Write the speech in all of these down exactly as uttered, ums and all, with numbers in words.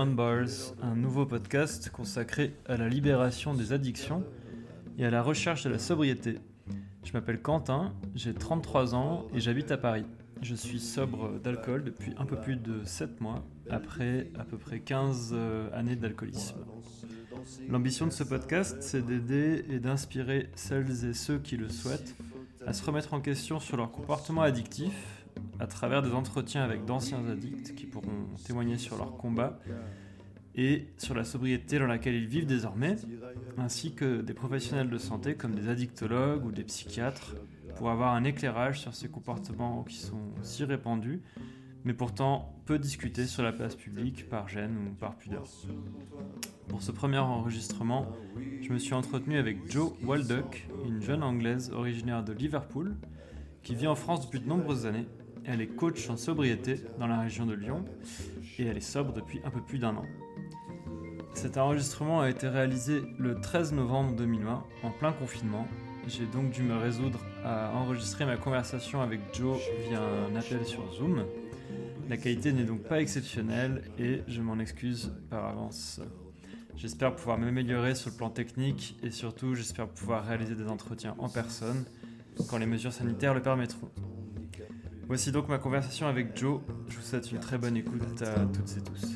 Beyond Bars, un nouveau podcast consacré à la libération des addictions et à la recherche de la sobriété. Je m'appelle Quentin, j'ai trente-trois ans et j'habite à Paris. Je suis sobre d'alcool depuis un peu plus de sept mois, après à peu près quinze années d'alcoolisme. L'ambition de ce podcast, c'est d'aider et d'inspirer celles et ceux qui le souhaitent à se remettre en question sur leur comportement addictif, à travers des entretiens avec d'anciens addicts qui pourront témoigner sur leur combat et sur la sobriété dans laquelle ils vivent désormais, ainsi que des professionnels de santé comme des addictologues ou des psychiatres pour avoir un éclairage sur ces comportements qui sont si répandus, mais pourtant peu discutés sur la place publique par gêne ou par pudeur. Pour ce premier enregistrement, je me suis entretenu avec Jo Waldock, une jeune Anglaise originaire de Liverpool, qui vit en France depuis de nombreuses années. Elle est coach en sobriété dans la région de Lyon et elle est sobre depuis un peu plus d'un an. Cet enregistrement a été réalisé le treize novembre deux mille vingt, en plein confinement. J'ai donc dû me résoudre à enregistrer ma conversation avec Jo via un appel sur Zoom. La qualité n'est donc pas exceptionnelle et je m'en excuse par avance. J'espère pouvoir m'améliorer sur le plan technique et surtout j'espère pouvoir réaliser des entretiens en personne quand les mesures sanitaires le permettront. Voici donc ma conversation avec Jo. Je vous souhaite une très bonne écoute à toutes et tous.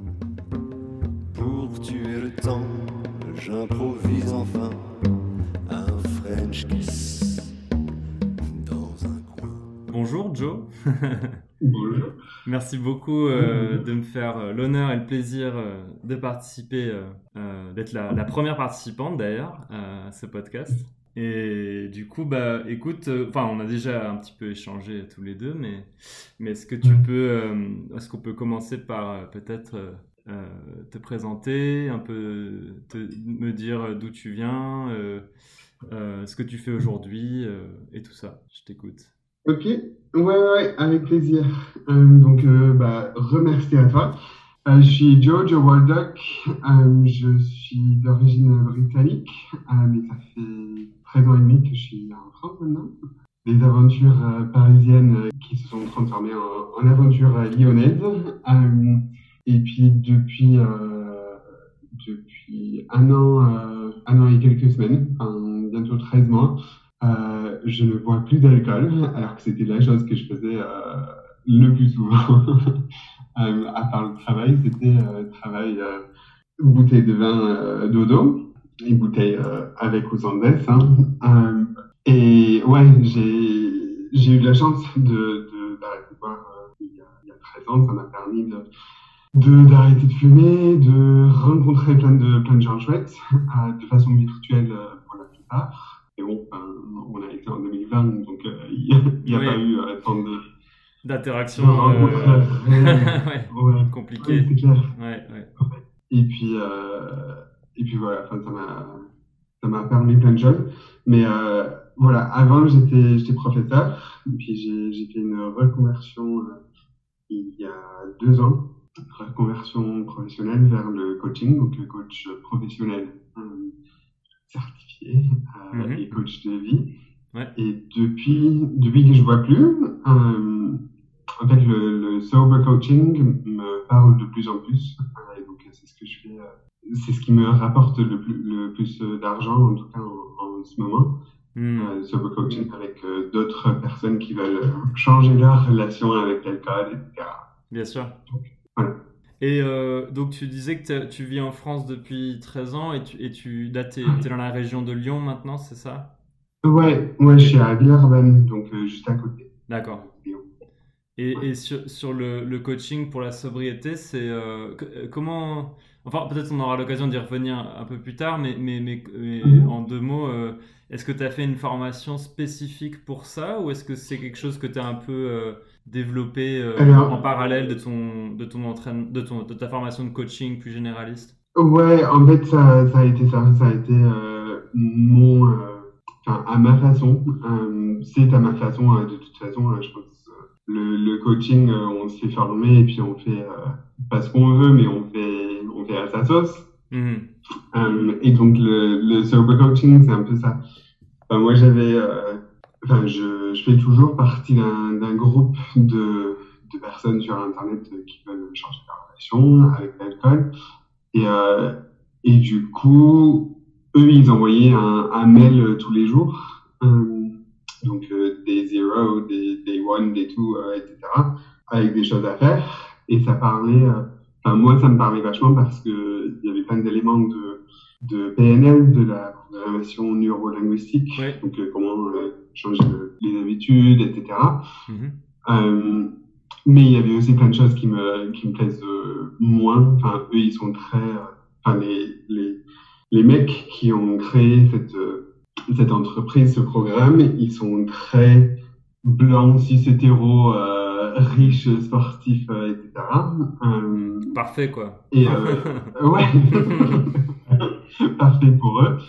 Pour tuer le temps, j'improvise enfin un French kiss dans un coin. Bonjour Jo. Bonjour. Merci beaucoup euh, de me faire euh, l'honneur et le plaisir euh, de participer, euh, euh, d'être la, la première participante d'ailleurs à ce podcast. Et du coup, bah, écoute, enfin, euh, on a déjà un petit peu échangé tous les deux, mais, mais est-ce que tu peux, euh, est-ce qu'on peut commencer par euh, peut-être euh, euh, te présenter, un peu, te, me dire d'où tu viens, euh, euh, ce que tu fais aujourd'hui euh, et tout ça. Je t'écoute. Ok, ouais, ouais, avec plaisir. Euh, donc, euh, bah, remercie à toi. Euh, je suis Jo, Jo Waldock. Euh, je suis d'origine britannique, euh, mais ça fait treize ans et demi que je suis en France maintenant. Des aventures euh, parisiennes euh, qui se sont transformées en, en aventures euh, lyonnaises. Euh, et puis depuis euh, depuis un an, euh, un an et quelques semaines, enfin, bientôt treize mois, euh, je ne bois plus d'alcool, alors que c'était la chose que je faisais euh, le plus souvent. Euh, à part le travail, c'était euh, travail, euh, bouteille de vin euh, dodo et bouteille euh, avec ou sans dess. Hein. Euh, et ouais, j'ai, j'ai eu de la chance de, de, d'arrêter de boire euh, il, y a, il y a treize ans. Ça m'a permis de, de, d'arrêter de fumer, de rencontrer plein de, plein de gens chouettes, euh, de façon virtuelle euh, pour la plupart. Et bon, ben, on a été en deux mille vingt, donc il euh, n'y a, a oui. pas eu euh, tant de... d'interaction euh, euh... ouais, ouais, compliquée. Ouais, c'est clair. Ouais, ouais. Et puis, euh, et puis voilà, enfin, ça m'a, ça m'a permis plein de choses. Mais euh, voilà, avant j'étais, j'étais professeur, et puis j'ai, j'ai fait une reconversion euh, il y a deux ans, reconversion professionnelle vers le coaching, donc le coach professionnel euh, certifié euh, mm-hmm. et coach de vie. Ouais. Et depuis, depuis que je ne bois plus, euh, en fait, le, le sober coaching me parle de plus en plus. Et donc, c'est ce que je fais. Euh, c'est ce qui me rapporte le plus, le plus d'argent, en tout cas en, en ce moment. Mm. Euh, sober coaching avec euh, d'autres personnes qui veulent changer leur relation avec l'alcool, et cetera. Bien sûr. Donc, voilà. Et euh, donc, tu disais que tu vis en France depuis treize ans et tu, et tu là, t'es, t'es dans la région de Lyon maintenant, c'est ça ? Ouais, ouais, je suis à Villeurbanne, donc euh, juste à côté. D'accord. Et, ouais. et sur, sur le, le coaching pour la sobriété, c'est euh, comment... Enfin, peut-être on aura l'occasion d'y revenir un peu plus tard, mais, mais, mais, mais mmh. en deux mots, euh, est-ce que tu as fait une formation spécifique pour ça ou est-ce que c'est quelque chose que tu as un peu euh, développé euh, Alors, en parallèle de, ton, de, ton entraîne, de, ton, de ta formation de coaching plus généraliste ? Ouais, en fait, ça, ça a été ça. Ça a été euh, mon... Euh, Enfin, à ma façon, euh, c'est à ma façon, euh, de toute façon, euh, je pense, euh, le, le coaching, euh, on se fait former et puis on fait euh, pas ce qu'on veut, mais on fait, on fait à sa sauce. Mm-hmm. Euh, et donc, le, le sober coaching, c'est un peu ça. Enfin, moi, j'avais, euh, enfin, je, je fais toujours partie d'un, d'un groupe de, de personnes sur Internet qui veulent changer leur relation avec l'alcool. Et, euh, et du coup, eux, ils envoyaient un, un mail tous les jours. Euh, donc, euh, day zero, day, day one, day two, euh, et cetera. Avec des choses à faire. Et ça parlait... Euh, enfin, moi, ça me parlait vachement parce qu'il y avait plein d'éléments de, de P N L, de la programmation neuro-linguistique. Ouais. Donc, euh, comment euh, changer le, les habitudes, et cetera. Mm-hmm. Euh, mais il y avait aussi plein de choses qui me, qui me plaisent euh, moins. Enfin, eux, ils sont très... Euh, enfin, les, les, les mecs qui ont créé cette, euh, cette entreprise, ce programme, ils sont très blancs, cis, hétéros, euh, riches, sportifs, euh, et cetera. Euh, Parfait, quoi. Et euh, ouais, parfait pour eux.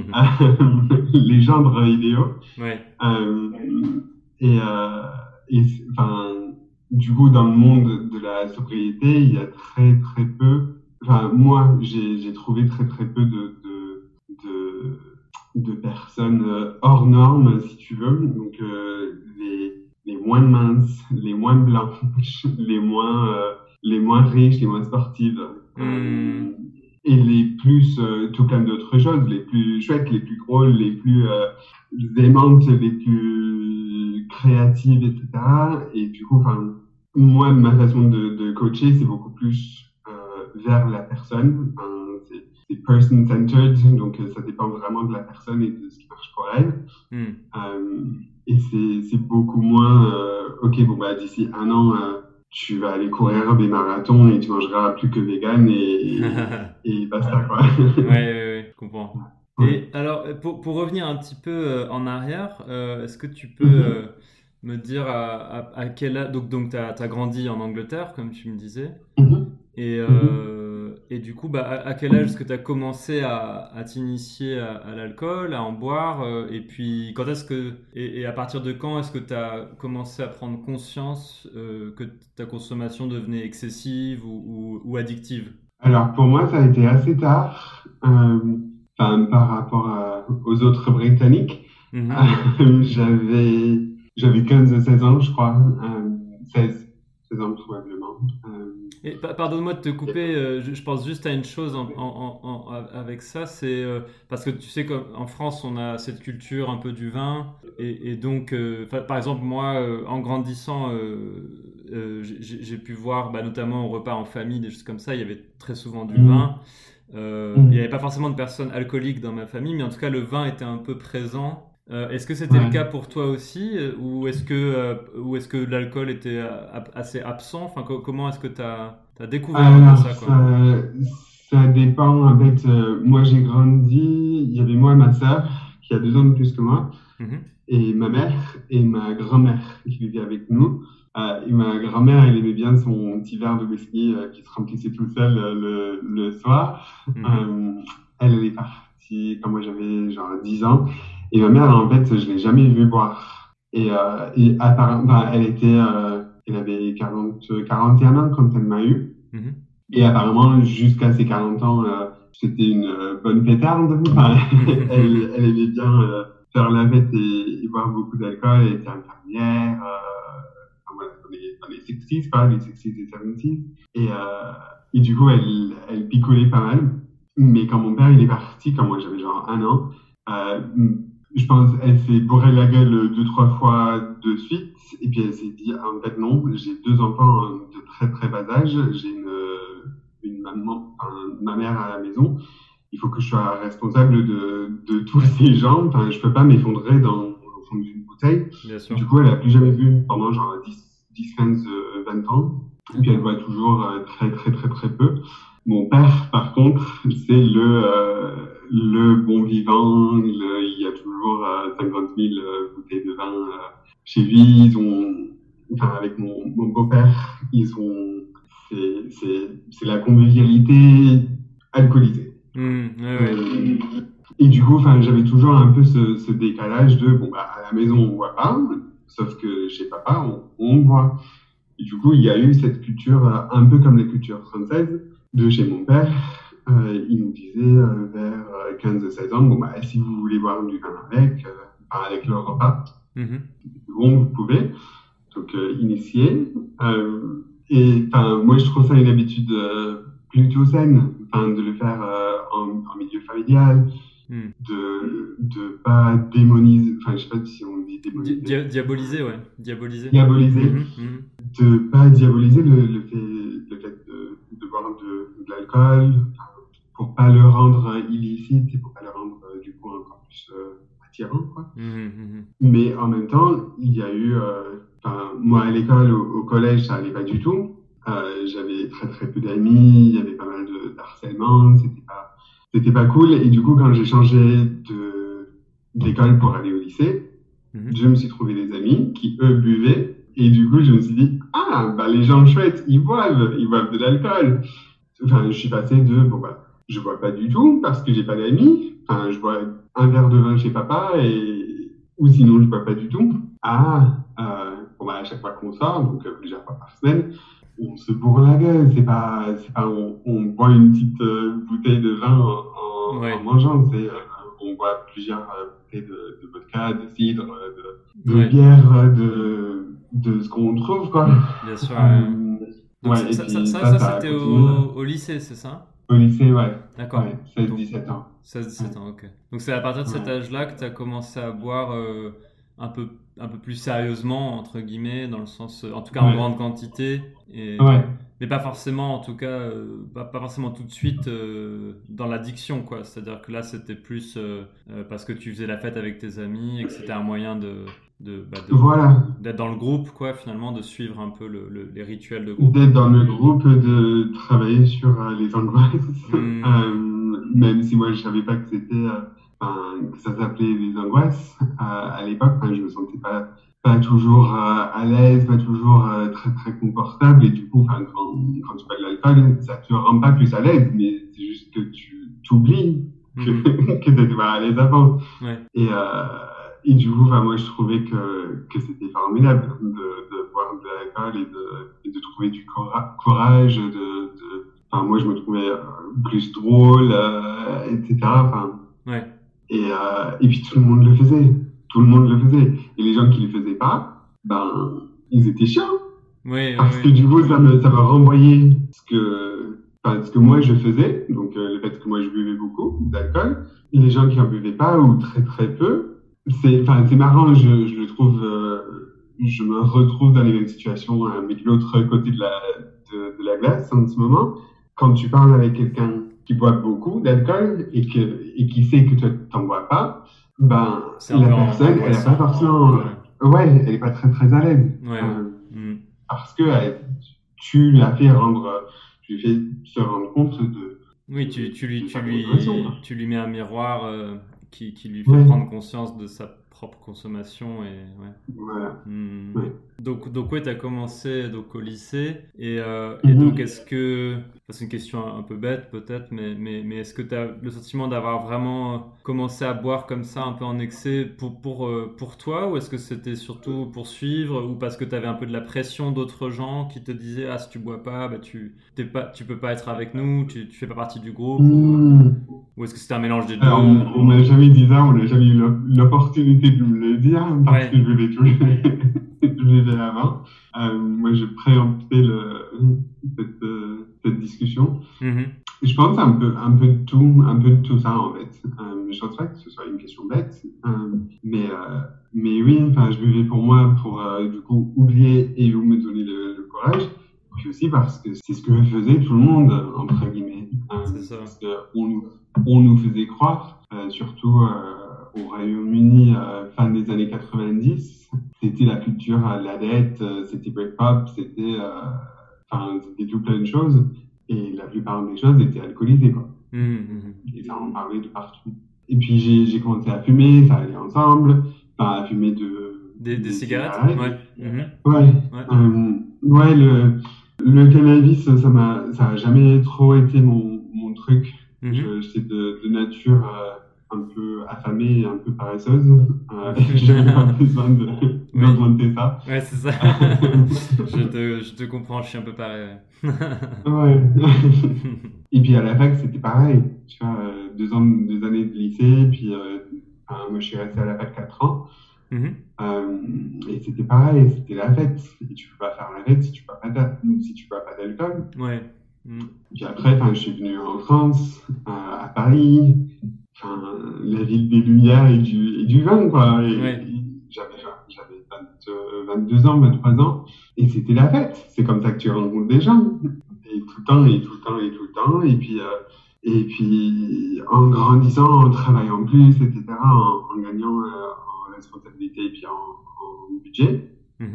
Les gendres idéaux. Ouais. Euh, et, euh, et enfin, du coup, dans le monde de la sobriété, il y a très très peu. Enfin, moi, j'ai, j'ai trouvé très très peu de de, de de personnes hors normes, si tu veux. Donc, euh, les les moins minces, les moins blanches, les moins euh, les moins riches, les moins sportives, mmh. euh, et les plus euh, tout plein d'autres choses, les plus chouettes, les plus drôles, les plus euh, aimantes, les plus créatives, et cetera. Et du coup, enfin, moi, ma façon de, de coacher, c'est beaucoup plus euh, vers la personne. Enfin, c'est, c'est person-centered, donc euh, ça dépend vraiment de la personne et de ce qui marche pour elle. Mmh. Euh, et c'est, c'est beaucoup moins, euh, ok, bon bah d'ici un an. Euh, tu vas aller courir des marathons et tu mangeras plus que vegan et, et basta, quoi. Ouais, ouais, ouais, je comprends. Ouais. Et alors, pour, pour revenir un petit peu en arrière, euh, est-ce que tu peux mm-hmm. euh, me dire à, à, à quel âge... Donc, donc tu as grandi en Angleterre, comme tu me disais. Mm-hmm. Et, euh, mm-hmm. et du coup, bah, à, à quel âge est-ce que tu as commencé à, à t'initier à, à l'alcool, à en boire euh, et puis, quand est-ce que... Et, et à partir de quand est-ce que tu as commencé à prendre conscience euh, que ta consommation devenait excessive ou, ou, ou addictive? Alors, pour moi, ça a été assez tard, euh, par rapport à, aux autres Britanniques. Mm-hmm. j'avais, j'avais quinze à seize ans, je crois. Euh, seize, seize ans, probablement. Euh, Et, pardonne-moi de te couper, euh, je, je pense juste à une chose en, en, en, en, avec ça, c'est euh, parce que tu sais qu'en France, on a cette culture un peu du vin, et, et donc, euh, par exemple, moi, euh, en grandissant, euh, euh, j'ai, j'ai pu voir, bah, notamment au repas en famille, des choses comme ça, il y avait très souvent du mmh. vin. Euh, mmh. Il n'y avait pas forcément de personnes alcooliques dans ma famille, mais en tout cas, le vin était un peu présent. Euh, est-ce que c'était ouais. le cas pour toi aussi, ou est-ce que, euh, ou est-ce que l'alcool était ab- assez absent? Enfin, co- comment est-ce que tu as découvert Alors, ça, quoi? ça, ça dépend. En fait, euh, moi j'ai grandi, il y avait moi et ma sœur, qui a deux ans de plus que moi, mm-hmm. et ma mère et ma grand-mère qui vivaient avec nous. Euh, et ma grand-mère, elle aimait bien son petit verre de whisky euh, qui se remplissait tout seul euh, le, le soir. Mm-hmm. Euh, elle, elle est partie quand moi j'avais genre dix ans. Et ma mère, en fait, je l'ai jamais vue boire. Et, euh, et apparemment, ben, elle était, euh, elle avait quarante, quarante et un ans quand elle m'a eu. Mm-hmm. Et apparemment, jusqu'à ses quarante ans, euh, c'était une euh, bonne pétarde. Enfin, elle, elle aimait bien euh, faire la fête et, et boire beaucoup d'alcool. Elle était infirmière, euh, enfin, voilà, dans les, dans les sixties, quoi, les sixties et seventies. Et, euh, et du coup, elle, elle picolait pas mal. Mais quand mon père, il est parti, quand moi j'avais genre un an, euh, je pense qu'elle s'est bourré la gueule deux, trois fois de suite. Et puis elle s'est dit, en fait, non, j'ai deux enfants de très, très bas âge. J'ai une, une maman, enfin, ma mère à la maison. Il faut que je sois responsable de, de tous ces gens. Enfin, je peux pas m'effondrer dans, au fond d'une bouteille. Bien sûr. Du coup, elle a plus jamais bu pendant genre dix, quinze, vingt ans. Et puis elle boit toujours très, très, très, très peu. Mon père, par contre, c'est le, euh, le bon vivant. Le, il y a toujours euh, cinquante mille euh, bouteilles de vin euh, chez lui. Ils ont, enfin, avec mon, mon beau-père, ils ont, c'est, c'est, c'est la convivialité alcoolisée. Mmh, ouais, ouais. Euh, et du coup, enfin, j'avais toujours un peu ce, ce décalage de, bon, bah, à la maison, on boit pas, sauf que chez papa, on, on boit. Et du coup, il y a eu cette culture, un peu comme les cultures françaises, de chez mon père. Euh, il nous disait euh, vers quinze à seize ans, bon, bah, si vous voulez boire du vin avec, euh, enfin, avec le repas, mm-hmm. bon, vous pouvez. Donc, donc euh, initié. Euh, et enfin, moi, je trouve ça une habitude euh, plutôt saine, enfin, de le faire euh, en, en milieu familial, mm. de de pas démoniser, enfin, je sais pas si on dit démoniser. Di- diaboliser, ouais, diaboliser. Diaboliser, mm-hmm. de pas diaboliser le, le fait, le fait de, de boire de, de l'alcool, pour pas le rendre illicite et pour pas le rendre du coup encore plus euh, attirant, quoi. Mm-hmm. Mais en même temps, il y a eu, enfin, euh, moi à l'école, au, au collège, ça allait pas du tout. Euh, j'avais très très peu d'amis, il y avait pas mal de harcèlement, c'était pas, c'était pas cool. Et du coup, quand j'ai changé de d'école pour aller au lycée, mm-hmm. je me suis trouvé des amis qui eux buvaient. Et du coup, je me suis dit, ah, bah les gens chouettes, ils boivent, ils boivent de l'alcool. Enfin, je suis passé de, bon bah, je bois pas du tout parce que j'ai pas d'amis. Enfin, je bois un verre de vin chez papa et ou sinon je bois pas du tout. Ah, euh, bon bah à chaque fois qu'on sort, donc euh, plusieurs fois par semaine, on se bourre la gueule. C'est pas, c'est pas, on, on boit une petite euh, bouteille de vin en, en, ouais. en mangeant. C'est, euh, on boit plusieurs euh, bouteilles de, de vodka, de cidre, de, de ouais. bière, de, de ce qu'on trouve, quoi. Bien sûr. Euh, donc ouais, ça, ça, ça, ça, ça c'était au, au lycée, c'est ça? Au lycée, ouais. D'accord. Ouais, seize dix-sept ans. seize dix-sept ans, ok. Donc c'est à partir de cet ouais. âge-là que tu as commencé à boire euh, un, peu, un peu plus sérieusement, entre guillemets, dans le sens, en tout cas ouais. en grande quantité. Et, ouais. Mais pas forcément, en tout cas, euh, pas, pas forcément tout de suite euh, dans l'addiction, quoi. C'est-à-dire que là, c'était plus euh, euh, parce que tu faisais la fête avec tes amis et que c'était un moyen de... De, bah de, voilà. d'être dans le groupe, quoi, finalement, de suivre un peu le, le, les rituels de groupe. D'être dans le groupe, de travailler sur euh, les angoisses, mmh. euh, même si moi je savais pas que c'était, euh, que ça s'appelait les angoisses euh, à l'époque. Je me sentais pas pas toujours euh, à l'aise, pas toujours euh, très très confortable, et du coup, quand, quand tu bois de l'alcool, ça te rend pas plus à l'aise, mais c'est juste que tu t'oublies que mmh. que tu étais pas à l'aise avant. Ouais. Et euh, Et du coup, enfin, moi, je trouvais que, que c'était formidable de, de boire de l'alcool et de, et de trouver du cora- courage. De, de, enfin, moi, je me trouvais plus drôle, euh, et cetera. Enfin, ouais. et, euh, et puis, tout le monde le faisait. Tout le monde le faisait. Et les gens qui ne le faisaient pas, ben, ils étaient chiants. Oui, parce oui, que oui. du coup, ça me, ça me renvoyait ce que, enfin, ce que moi, je faisais. Donc, euh, le fait que moi, je buvais beaucoup d'alcool. Et les gens qui n'en buvaient pas ou très, très peu, c'est, enfin, c'est marrant, je, je le trouve, euh, je me retrouve dans les mêmes situations, hein, mais de l'autre côté de la, de, de la glace en ce moment. Quand tu parles avec quelqu'un qui boit beaucoup d'alcool et, que, et qui sait que tu n'en bois pas, ben, c'est la personne, elle n'a pas forcément, ouais. ouais, elle n'est pas très très à l'aise. Ouais. Euh, mmh. Parce que elle, tu l'as fait rendre, tu lui fais se rendre compte de. Oui, tu, tu lui, tu lui, tu lui mets un miroir. Euh... Qui, qui lui fait ouais. prendre conscience de sa propre consommation. Et, ouais. Voilà. Mmh. Ouais. Donc, donc ouais, tu as commencé donc, au lycée. Et, euh, mm-hmm. et donc, est-ce que... C'est une question un peu bête peut-être, mais, mais, mais est-ce que tu as le sentiment d'avoir vraiment commencé à boire comme ça, un peu en excès, pour, pour, pour toi? Ou est-ce que c'était surtout pour suivre? Ou parce que tu avais un peu de la pression d'autres gens qui te disaient « Ah, si tu bois pas, bah, tu t'es pas, tu peux pas être avec nous, tu, tu fais pas partie du groupe. mm. » ou, ou est-ce que c'était un mélange des deux? Alors, on, on m'a jamais dit ça, on n'a jamais eu l'opportunité de me le dire, parce ouais. que je buvais tous les verres avant. Euh, moi, j'ai préempté le, cette, euh, cette discussion. Mm-hmm. Je pense un peu, un peu de tout, un peu de tout ça en fait. Euh, je pense pas que ce soit une question bête, euh, mais euh, mais oui, enfin, je buvais pour moi, pour euh, du coup oublier et me donner le, le courage. Puis aussi parce que c'est ce que faisait tout le monde entre guillemets. Euh, c'est ça. Parce que on nous, on nous faisait croire, euh, surtout euh, au Royaume-Uni, euh, fin des années quatre-vingt-dix, c'était la culture à la dette, euh, c'était Britpop, c'était, enfin, euh, c'était tout plein de choses. Et la plupart des choses étaient alcoolisées, quoi. Mmh. Et ça en parlait de partout. Et puis j'ai, j'ai commencé à fumer, ça allait ensemble. Enfin, à fumer de... Des, des, des cigarettes, cigarettes. Ouais. Mmh. Ouais. Ouais, euh, ouais le, le cannabis, ça m'a, ça a jamais trop été mon, mon truc. Mmh. Je, j'étais de, de nature euh, un peu affamée et un peu paresseuse. Euh, j'avais pas besoin de, oui. d'augmenter ça. Ouais, c'est ça. je, te, je te comprends, je suis un peu pareil. Ouais. Et puis à la fac, c'était pareil. Tu vois, deux, ans, deux années de lycée, puis euh, enfin, moi je suis resté à la fac quatre ans. Mmh. Euh, et c'était pareil, c'était la fête. Et tu peux pas faire la fête si tu bois pas d'a- si tu bois pas d'alcool. Ouais. Mmh. Puis après, enfin, je suis venu en France, euh, à Paris, enfin, la ville des lumières et du, et du vin, quoi. Et, Ouais. et j'avais, j'avais vingt, euh, vingt-deux ans, vingt-trois ans, et c'était la fête. C'est comme ça que tu rencontres des gens. Et tout le temps, et tout le temps, et tout le temps. Et puis, euh, et puis en grandissant, en travaillant plus, et cetera, en, en gagnant euh, en responsabilité et puis en, en budget, Mmh.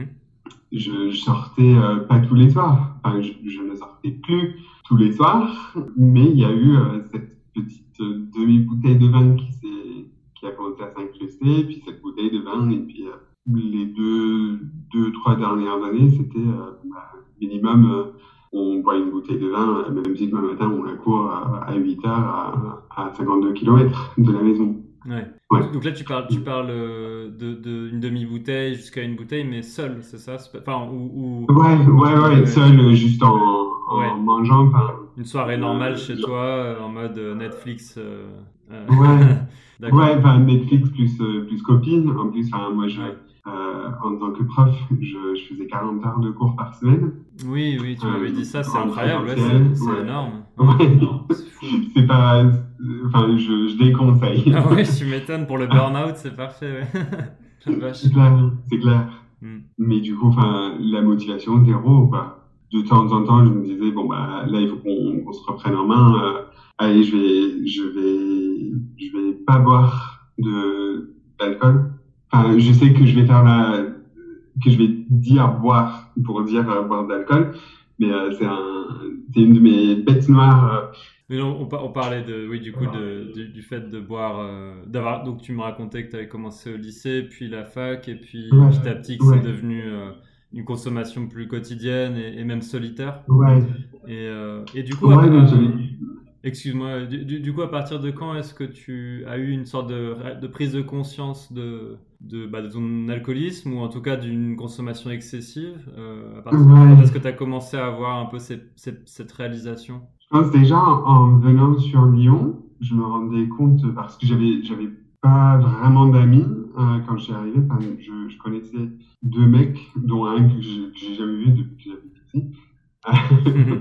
je, je sortais euh, pas tous les soirs. Enfin, je, je ne sortais plus tous les soirs, mais il y a eu euh, cette petite euh, demi-bouteille de vin qui s'est, qui a commencé à s'incruster, puis cette bouteille de vin, et puis euh, les deux, deux, trois dernières années, c'était euh, bah, minimum, euh, on boit une bouteille de vin, euh, même si demain matin on la court à, à huit heures à, à cinquante-deux kilomètres de la maison. Ouais. Ouais. Donc là, tu parles, tu parles euh, de, de une demi-bouteille jusqu'à une bouteille, mais seule, c'est ça? C'est pas- Enfin, ou, ou Ouais, ouais, ouais, Ouais. seul, euh, juste en, en Ouais. mangeant, enfin, une soirée normale Euh, chez genre- toi, euh, en mode euh, Netflix. euh, euh, Ouais. D'accord. Ouais, enfin Netflix plus, euh, plus copine. En plus, enfin, moi, je, Ouais. euh, en tant que prof, je, je faisais quarante heures de cours par semaine. Oui, oui, tu Euh, m'avais dit ça, c'est en incroyable, ouais, présentiel, c'est c'est ouais. énorme. Ouais. C'est fou. C'est pas, enfin, je, je déconseille. Ah ouais, tu m'étonnes, pour le burn-out, c'est parfait, ouais. La vache. C'est clair, c'est clair. Hmm. Mais du coup, enfin, la motivation zéro, quoi. De temps en temps, je me disais, bon, bah, là, il faut qu'on qu'on se reprenne en main. Euh, allez, je vais, je vais, je vais pas boire de, d'alcool. Enfin, je sais que je vais faire la, que je vais dire boire pour dire euh, boire d'alcool. Mais euh, c'est un, c'est une de mes bêtes noires. euh, Mais non, on, par- on parlait de, oui, du coup, de, du, du fait de boire, euh, d'avoir. Donc, tu me racontais que tu avais commencé au lycée, puis la fac, et puis Ouais, petit à petit que ouais. c'est devenu euh, une consommation plus quotidienne et, et même solitaire. Ouais. Et, euh, et du coup, Ouais, à- même à- celui- excuse-moi, du, du- du coup, à partir de quand est-ce que tu as eu une sorte de, de prise de conscience de, de, bah, de ton alcoolisme, ou en tout cas d'une consommation excessive euh, à partir de Ouais. quand est-ce que tu as commencé à avoir un peu ces- ces- cette réalisation? Je pense déjà en en venant sur Lyon, je me rendais compte parce que j'avais j'avais pas vraiment d'amis euh, quand j'y arrivais. Enfin, je, je connaissais deux mecs, dont un que je- que j'ai jamais vu depuis que j'habite ici.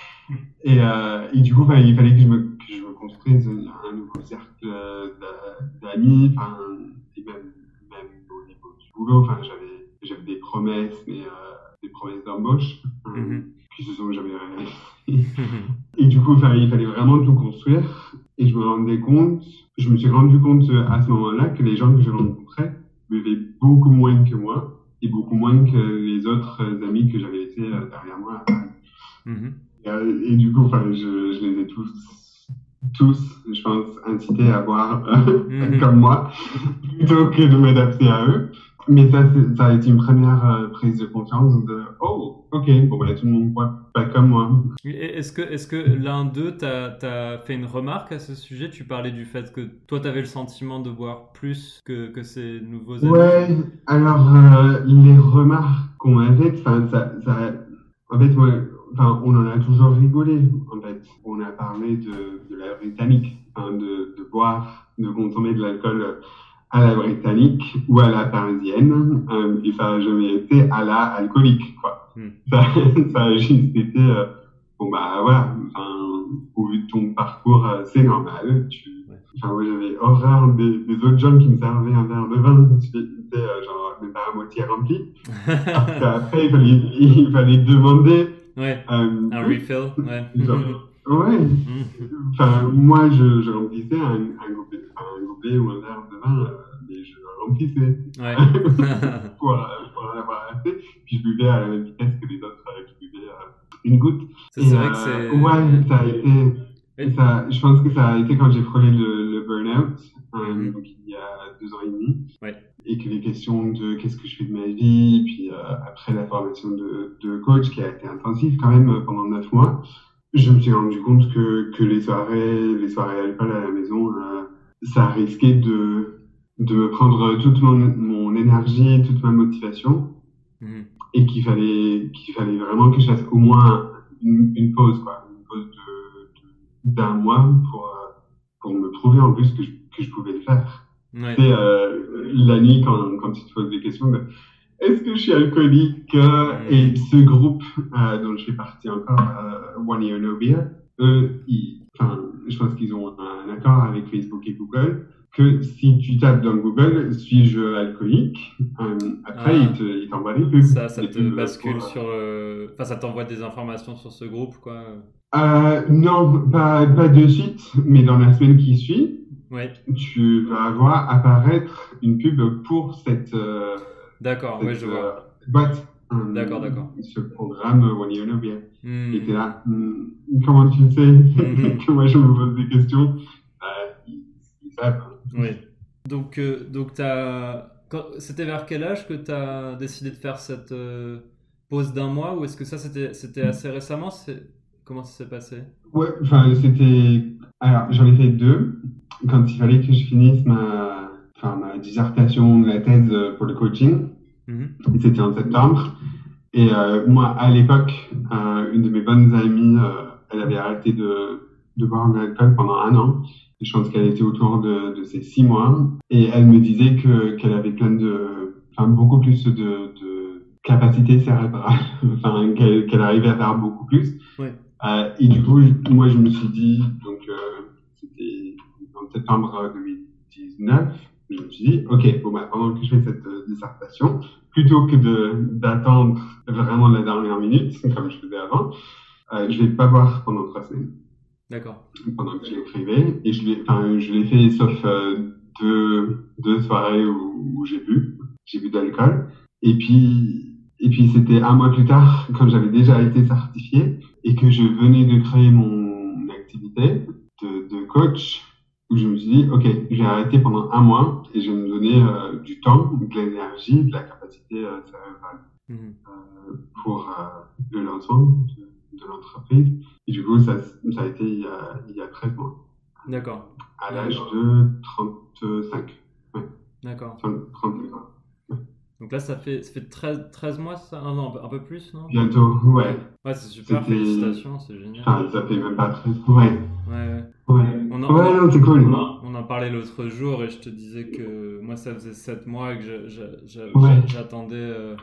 et, euh, et du coup, enfin, il fallait que je me que je me construise un nouveau cercle euh, d'a- d'amis, enfin, et même même au niveau du boulot. Enfin, j'avais j'avais des promesses, mais euh, des promesses d'embauche euh, Mhm. qui se sont jamais réalisées. Et du coup, enfin, il fallait vraiment tout construire. Et je me rendais compte, je me suis rendu compte euh, à ce moment-là que les gens que je rencontrais buvaient beaucoup moins que moi et beaucoup moins que les autres euh, amis que j'avais laissés euh, derrière moi à Paris. Mhm. Et, euh, et du coup, enfin, je, je les ai tous, tous, je pense, incités à boire euh, Mhm. comme moi plutôt que de m'adapter à eux. Mais ça, c'est- ça a été une première euh, prise de conscience de « Oh, ok, bon, bah, tout le monde boit pas comme moi. » Et Est-ce que, est-ce que l'un d'eux t'a, t'a fait une remarque à ce sujet? Tu parlais du fait que toi, tu avais le sentiment de boire plus que, que ces nouveaux amis. Ouais, alors euh, les remarques qu'on m'a faites, enfin, ça, ça, en fait, moi, enfin, on en a toujours rigolé, en fait. On a parlé de, de la britannique, enfin, de, de boire, de consommer de l'alcool à la britannique ou à la parisienne, euh, et ça a jamais été à la alcoolique, quoi. Hmm. Ça, ça a juste été, euh, bon bah voilà, enfin, au vu de ton parcours, euh, c'est normal. Tu, Ouais. enfin, moi j'avais horreur des, des autres gens qui me servaient un verre de vin, c'était euh, genre même pas à moitié rempli. Parce qu'après il fallait, il fallait demander. Ouais, Euh, un refill, ouais. genre, ouais. Mhm. Enfin, moi, je, je remplissais un, un, gobelet, enfin, un gobelet ou un verre de vin, euh, mais je le remplissais Ouais. pour, euh, pour en avoir assez. Puis je buvais à la même vitesse que les autres euh, qui buvaient euh, une goutte. C'est Et, c'est vrai que euh, c'est. Ouais, ça a été. Et- Ça, je pense que ça a été quand j'ai frôlé le, le burn-out, euh, Mhm. donc il y a deux ans et demi. Ouais. Et que les questions de qu'est-ce que je fais de ma vie, puis euh, après la formation de, de coach qui a été intensive quand même euh, pendant neuf mois, je me suis rendu compte que, que les soirées, les soirées alcool à la maison, euh, ça risquait de, de me prendre toute mon, mon énergie, toute ma motivation, Mhm. et qu'il fallait, qu'il fallait vraiment que je fasse au moins une, une pause, quoi, une pause de, de- d'un mois pour, euh, pour me prouver en plus que je, que je pouvais le faire. Ouais. C'est euh, la nuit quand, quand tu te poses des questions de est-ce que je suis alcoolique euh, Mm. Et ce groupe euh, dont je fais partie encore, euh, One Year No Beer, eux, ils, enfin, je pense qu'ils ont un accord avec Facebook et Google que si tu tapes dans Google suis-je alcoolique, euh, après Ah. ils, te, ils t'envoient des pubs. Ça, ça des te pubs bascule pour, euh, sur. euh, Enfin, ça t'envoie des informations sur ce groupe, quoi. Euh, non, pas, pas de suite, mais dans la semaine qui suit, Ouais. tu vas avoir apparaître une pub pour cette, euh, D'accord, cette ouais, je euh, vois. boîte, euh, D'accord, d'accord. ce programme One Year No Beer. Hmm. Et t'es là, hmm, comment tu le sais Mhm. que moi je me pose des questions? Euh, ils, ils savent. Oui. Donc, euh, donc t'as... quand- c'était vers quel âge que tu as décidé de faire cette euh, pause d'un mois ou est-ce que ça c'était, c'était assez récemment? C'est... Comment ça s'est passé? Ouais, enfin c'était. Alors j'en ai fait deux quand il fallait que je finisse ma, enfin, ma dissertation, la thèse euh, pour le coaching. Mhm. Et c'était en septembre. Et euh, moi, à l'époque, euh, une de mes bonnes amies, euh, elle avait arrêté de, de boire de l'alcool pendant un an. Et je pense qu'elle était autour de, de ces six mois. Et elle me disait que, qu'elle avait plein de, enfin, beaucoup plus de, de capacité cérébrale. Enfin, qu'elle, qu'elle arrivait à faire beaucoup plus. Ouais. Euh, et du coup, je- moi, je me suis dit, donc, euh, c'était en septembre deux mille dix-neuf, je me suis dit, ok, bon, bah, pendant que je fais cette euh, dissertation, plutôt que de, d'attendre vraiment la dernière minute, comme je faisais avant, euh, je vais pas boire pendant trois semaines, D'accord. pendant que j'écrivais. Et je l'ai, enfin, je l'ai fait sauf euh, deux, deux soirées où, où j'ai bu, j'ai bu d'alcool. Et puis, et puis c'était un mois plus tard, quand j'avais déjà été certifié et que je venais de créer mon activité de, de coach, où je me suis dit, ok, je vais arrêter pendant un mois et je vais me donner euh, du temps, de l'énergie, de la capacité euh, cérébrale Mhm. euh, pour euh, le lancement de, de l'entreprise. Et du coup, ça, ça a été il y a, il y a treize mois, D'accord. à l'âge de trente-cinq. Ouais, D'accord. trente-cinq ans. Donc là, ça fait, ça fait treize, treize mois, ça? Ah non, un peu- un peu plus, non? Bientôt, ouais. Ouais, c'est super, C'était- félicitations, c'est génial. Enfin, ça fait même pas treize mois. Ouais, Ouais, ouais. ouais. On en, Ouais, on en- non, c'est cool. on en parlait l'autre jour et je te disais que moi, ça faisait sept mois et que je- je- je- Ouais. j'attendais euh,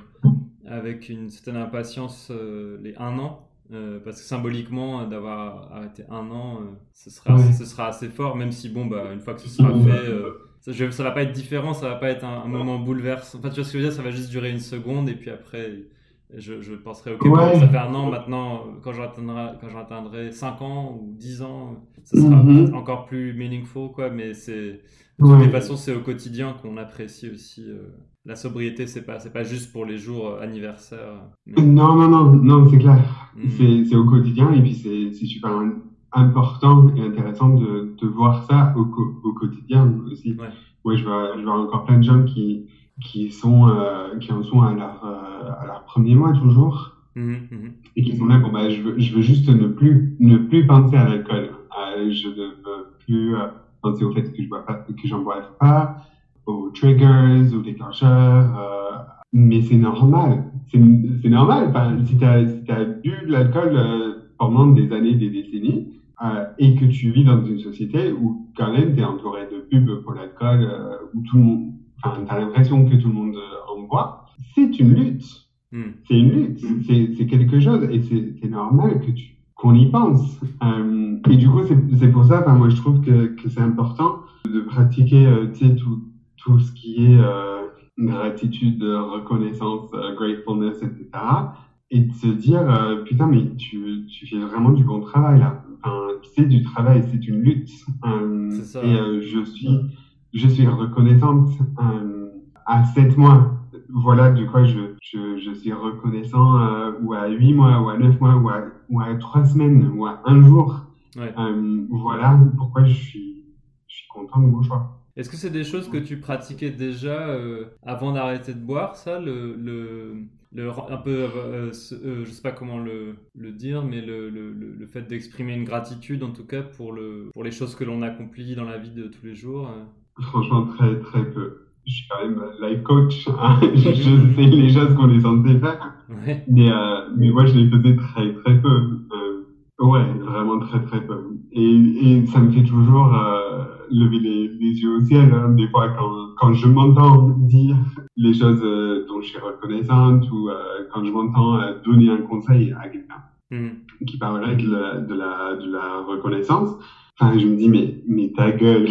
avec une certaine impatience euh, les un an. euh, parce que symboliquement, euh, d'avoir arrêté un an, euh, ce, sera, Ouais. ce sera assez fort, même si, bon, bah, une fois que ce sera fait, euh, ça, je- ça va pas être différent, ça va pas être un, un moment bouleversant. Enfin, tu vois ce que je veux dire, ça va juste durer une seconde et puis après, je, je penserai, ok, bon, Ouais. ça fait un an maintenant, quand je atteindrai, quand je atteindrai cinq ans ou dix ans, ça sera Mhm. peut-être encore plus meaningful, quoi, mais c'est, de toutes Ouais. les façons, c'est au quotidien qu'on apprécie aussi. euh, la sobriété, c'est pas, c'est pas juste pour les jours euh, anniversaires. mais- Non, non, non, non, c'est clair. Mm. C'est, c'est au quotidien et puis c'est, c'est super important et intéressant de, de voir ça au, co- au quotidien aussi. Ouais. Ouais, je vois, je vois encore plein de gens qui, qui sont, euh, qui en sont à leur, euh, à leur premier mois toujours Mhm, mhm. et qui sont là, bon, bah, je veux, je veux juste ne plus, ne plus penser à l'alcool. Euh, je ne veux plus euh, penser au fait que je bois pas, que j'en boive pas, aux triggers, aux déclencheurs, euh, mais c'est normal. C'est, c'est normal. Enfin, si tu as si t'as bu de l'alcool euh, pendant des années, des décennies, euh, et que tu vis dans une société où quand même tu es entouré de pubs pour l'alcool, euh, où tout le monde, enfin, tu as l'impression que tout le monde euh, en boit, c'est une lutte. Mm. C'est une lutte. C'est, c'est quelque chose et c'est, c'est normal que tu, qu'on y pense. Euh, et du coup, c'est, c'est pour ça, enfin, moi, je trouve que, que c'est important de pratiquer, euh, tu sais, tout, tout ce qui est euh, gratitude, reconnaissance, euh, gratefulness, et cetera. Et de se dire, euh, putain, mais tu, tu fais vraiment du bon travail là. Enfin, c'est du travail, c'est une lutte. Euh, C'est ça. et euh, je suis, je suis reconnaissante euh, à sept mois. Voilà de quoi je, je, je suis reconnaissant, euh, ou à huit mois, ou à neuf mois, ou à, ou à trois semaines, ou à un jour. Ouais. Euh, voilà pourquoi je suis, je suis content de mon choix. Est-ce que c'est des choses que tu pratiquais déjà euh, avant d'arrêter de boire, ça, le, le, le un peu, euh, ce- euh, je sais pas comment le, le dire, mais le, le, le le fait d'exprimer une gratitude, en tout cas pour le, pour les choses que l'on accomplit dans la vie de tous les jours. euh. Franchement, très très peu. Je suis quand même life coach. Hein. je, je sais les choses qu'on est censé faire. Ouais. Mais, euh, mais moi, je les faisais très très peu. Euh, ouais, vraiment très très peu. Et, et ça me fait toujours, euh, lever les, les yeux au ciel, hein, des fois quand, quand je m'entends dire les choses euh, dont je suis reconnaissante ou euh, quand je m'entends euh, donner un conseil à quelqu'un mmh. qui parlerait de la, de, la, de la reconnaissance. Enfin, je me dis, mais, mais ta gueule.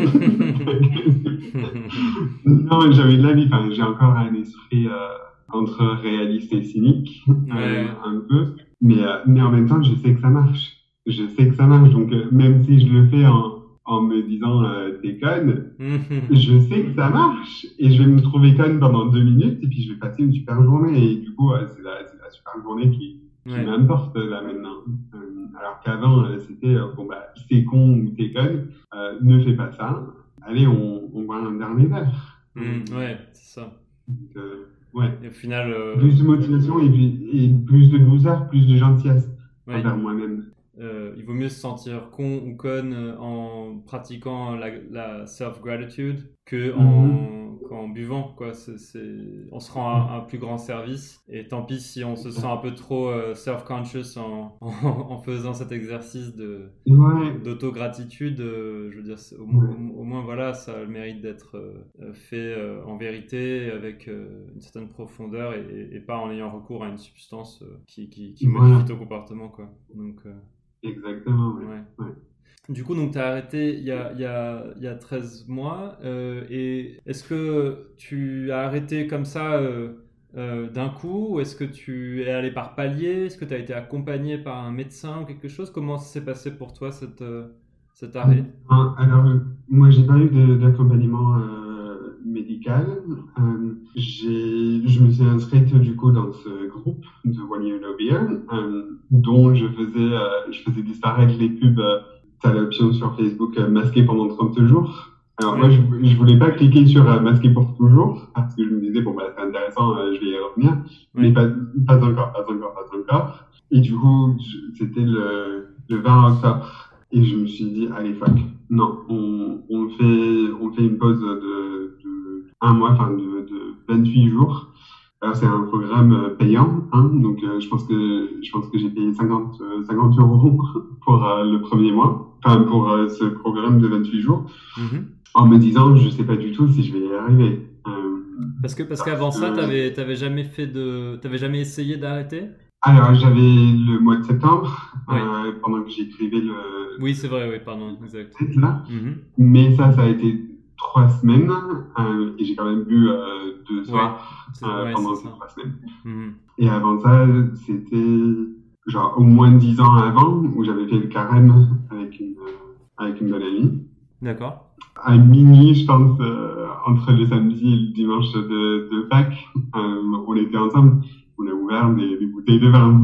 Non, jamais de la vie. Enfin, j'ai encore un esprit euh, entre réaliste et cynique, ouais. euh, un peu. Mais, euh, mais en même temps, je sais que ça marche. Je sais que ça marche. Donc, euh, même si je le fais en, en me disant, euh, t'es conne, je sais que ça marche. Et je vais me trouver conne pendant deux minutes et puis je vais passer une super journée. Et du coup, euh, c'est, la, c'est la super journée qui, qui ouais. m'importe là maintenant. Euh, alors qu'avant, euh, c'était, euh, bon, bah, c'est con ou t'es conne, euh, ne fais pas ça. Allez, on, on boit un dernier verre. Mmh, ouais, c'est ça. Donc, euh, ouais. Et au final. Euh... Plus de motivation et, puis, et plus de douceur, plus de gentillesse ouais. envers moi-même. Euh, il vaut mieux se sentir con ou conne en pratiquant la, la self-gratitude que en, mmh. qu'en buvant, quoi. C'est, c'est... On se rend un, un plus grand service et tant pis si on se sent un peu trop euh, self-conscious en, en, en faisant cet exercice de, ouais. d'auto-gratitude. Euh, je veux dire, au, ouais. au, au moins, voilà, ça a le mérite d'être euh, fait euh, en vérité avec euh, une certaine profondeur et, et pas en ayant recours à une substance euh, qui, qui, qui modifie voilà. ton comportement, quoi. Donc, euh... Exactement, oui. Ouais. Ouais. Du coup, donc, tu as arrêté il y a, il y a, il y a treize mois. Euh, et est-ce que tu as arrêté comme ça euh, euh, d'un coup ou est-ce que tu es allé par palier? Est-ce que tu as été accompagné par un médecin ou quelque chose? Comment ça s'est passé pour toi, cette, euh, cet arrêt? Alors, moi, j'ai pas eu de, d'accompagnement euh, médical. Euh, j'ai, je me suis inscrite du coup dans ce groupe de One Year No Beer, euh, dont je faisais, euh, je faisais disparaître les pubs. Euh, t'as l'option sur Facebook euh, masqué pendant trente jours. Alors ouais. moi, je, je voulais pas cliquer sur euh, masqué pour toujours parce que je me disais bon bah c'est intéressant, euh, je vais y revenir, ouais. mais pas, pas encore, pas encore, pas encore. Et du coup, je, c'était le, le vingt octobre et je me suis dit allez fuck, non, on, on fait, on fait une pause de, de un mois, enfin de, de vingt-huit jours. Alors c'est un programme payant, hein, donc euh, je pense que je pense que j'ai payé cinquante euros pour euh, le premier mois, enfin pour euh, ce programme de vingt-huit jours, mm-hmm. en me disant je sais pas du tout si je vais y arriver. Euh, parce que parce qu'avant ça, euh, t'avais t'avais jamais fait de, t'avais jamais essayé d'arrêter? Alors j'avais le mois de septembre, oui. euh, pendant que j'écrivais le. Oui c'est vrai, oui pardon, exact. Là, mm-hmm. mais ça ça a été trois semaines euh, et j'ai quand même bu euh, deux soirs ouais, euh, ouais, pendant ces trois semaines. Mmh. Et avant ça, c'était genre au moins dix ans avant où j'avais fait le carême avec une, euh, avec une bonne amie. D'accord. À minuit, je pense, euh, entre le samedi et le dimanche de, de Pâques, euh, on était ensemble. On a ouvert des, des bouteilles de vin.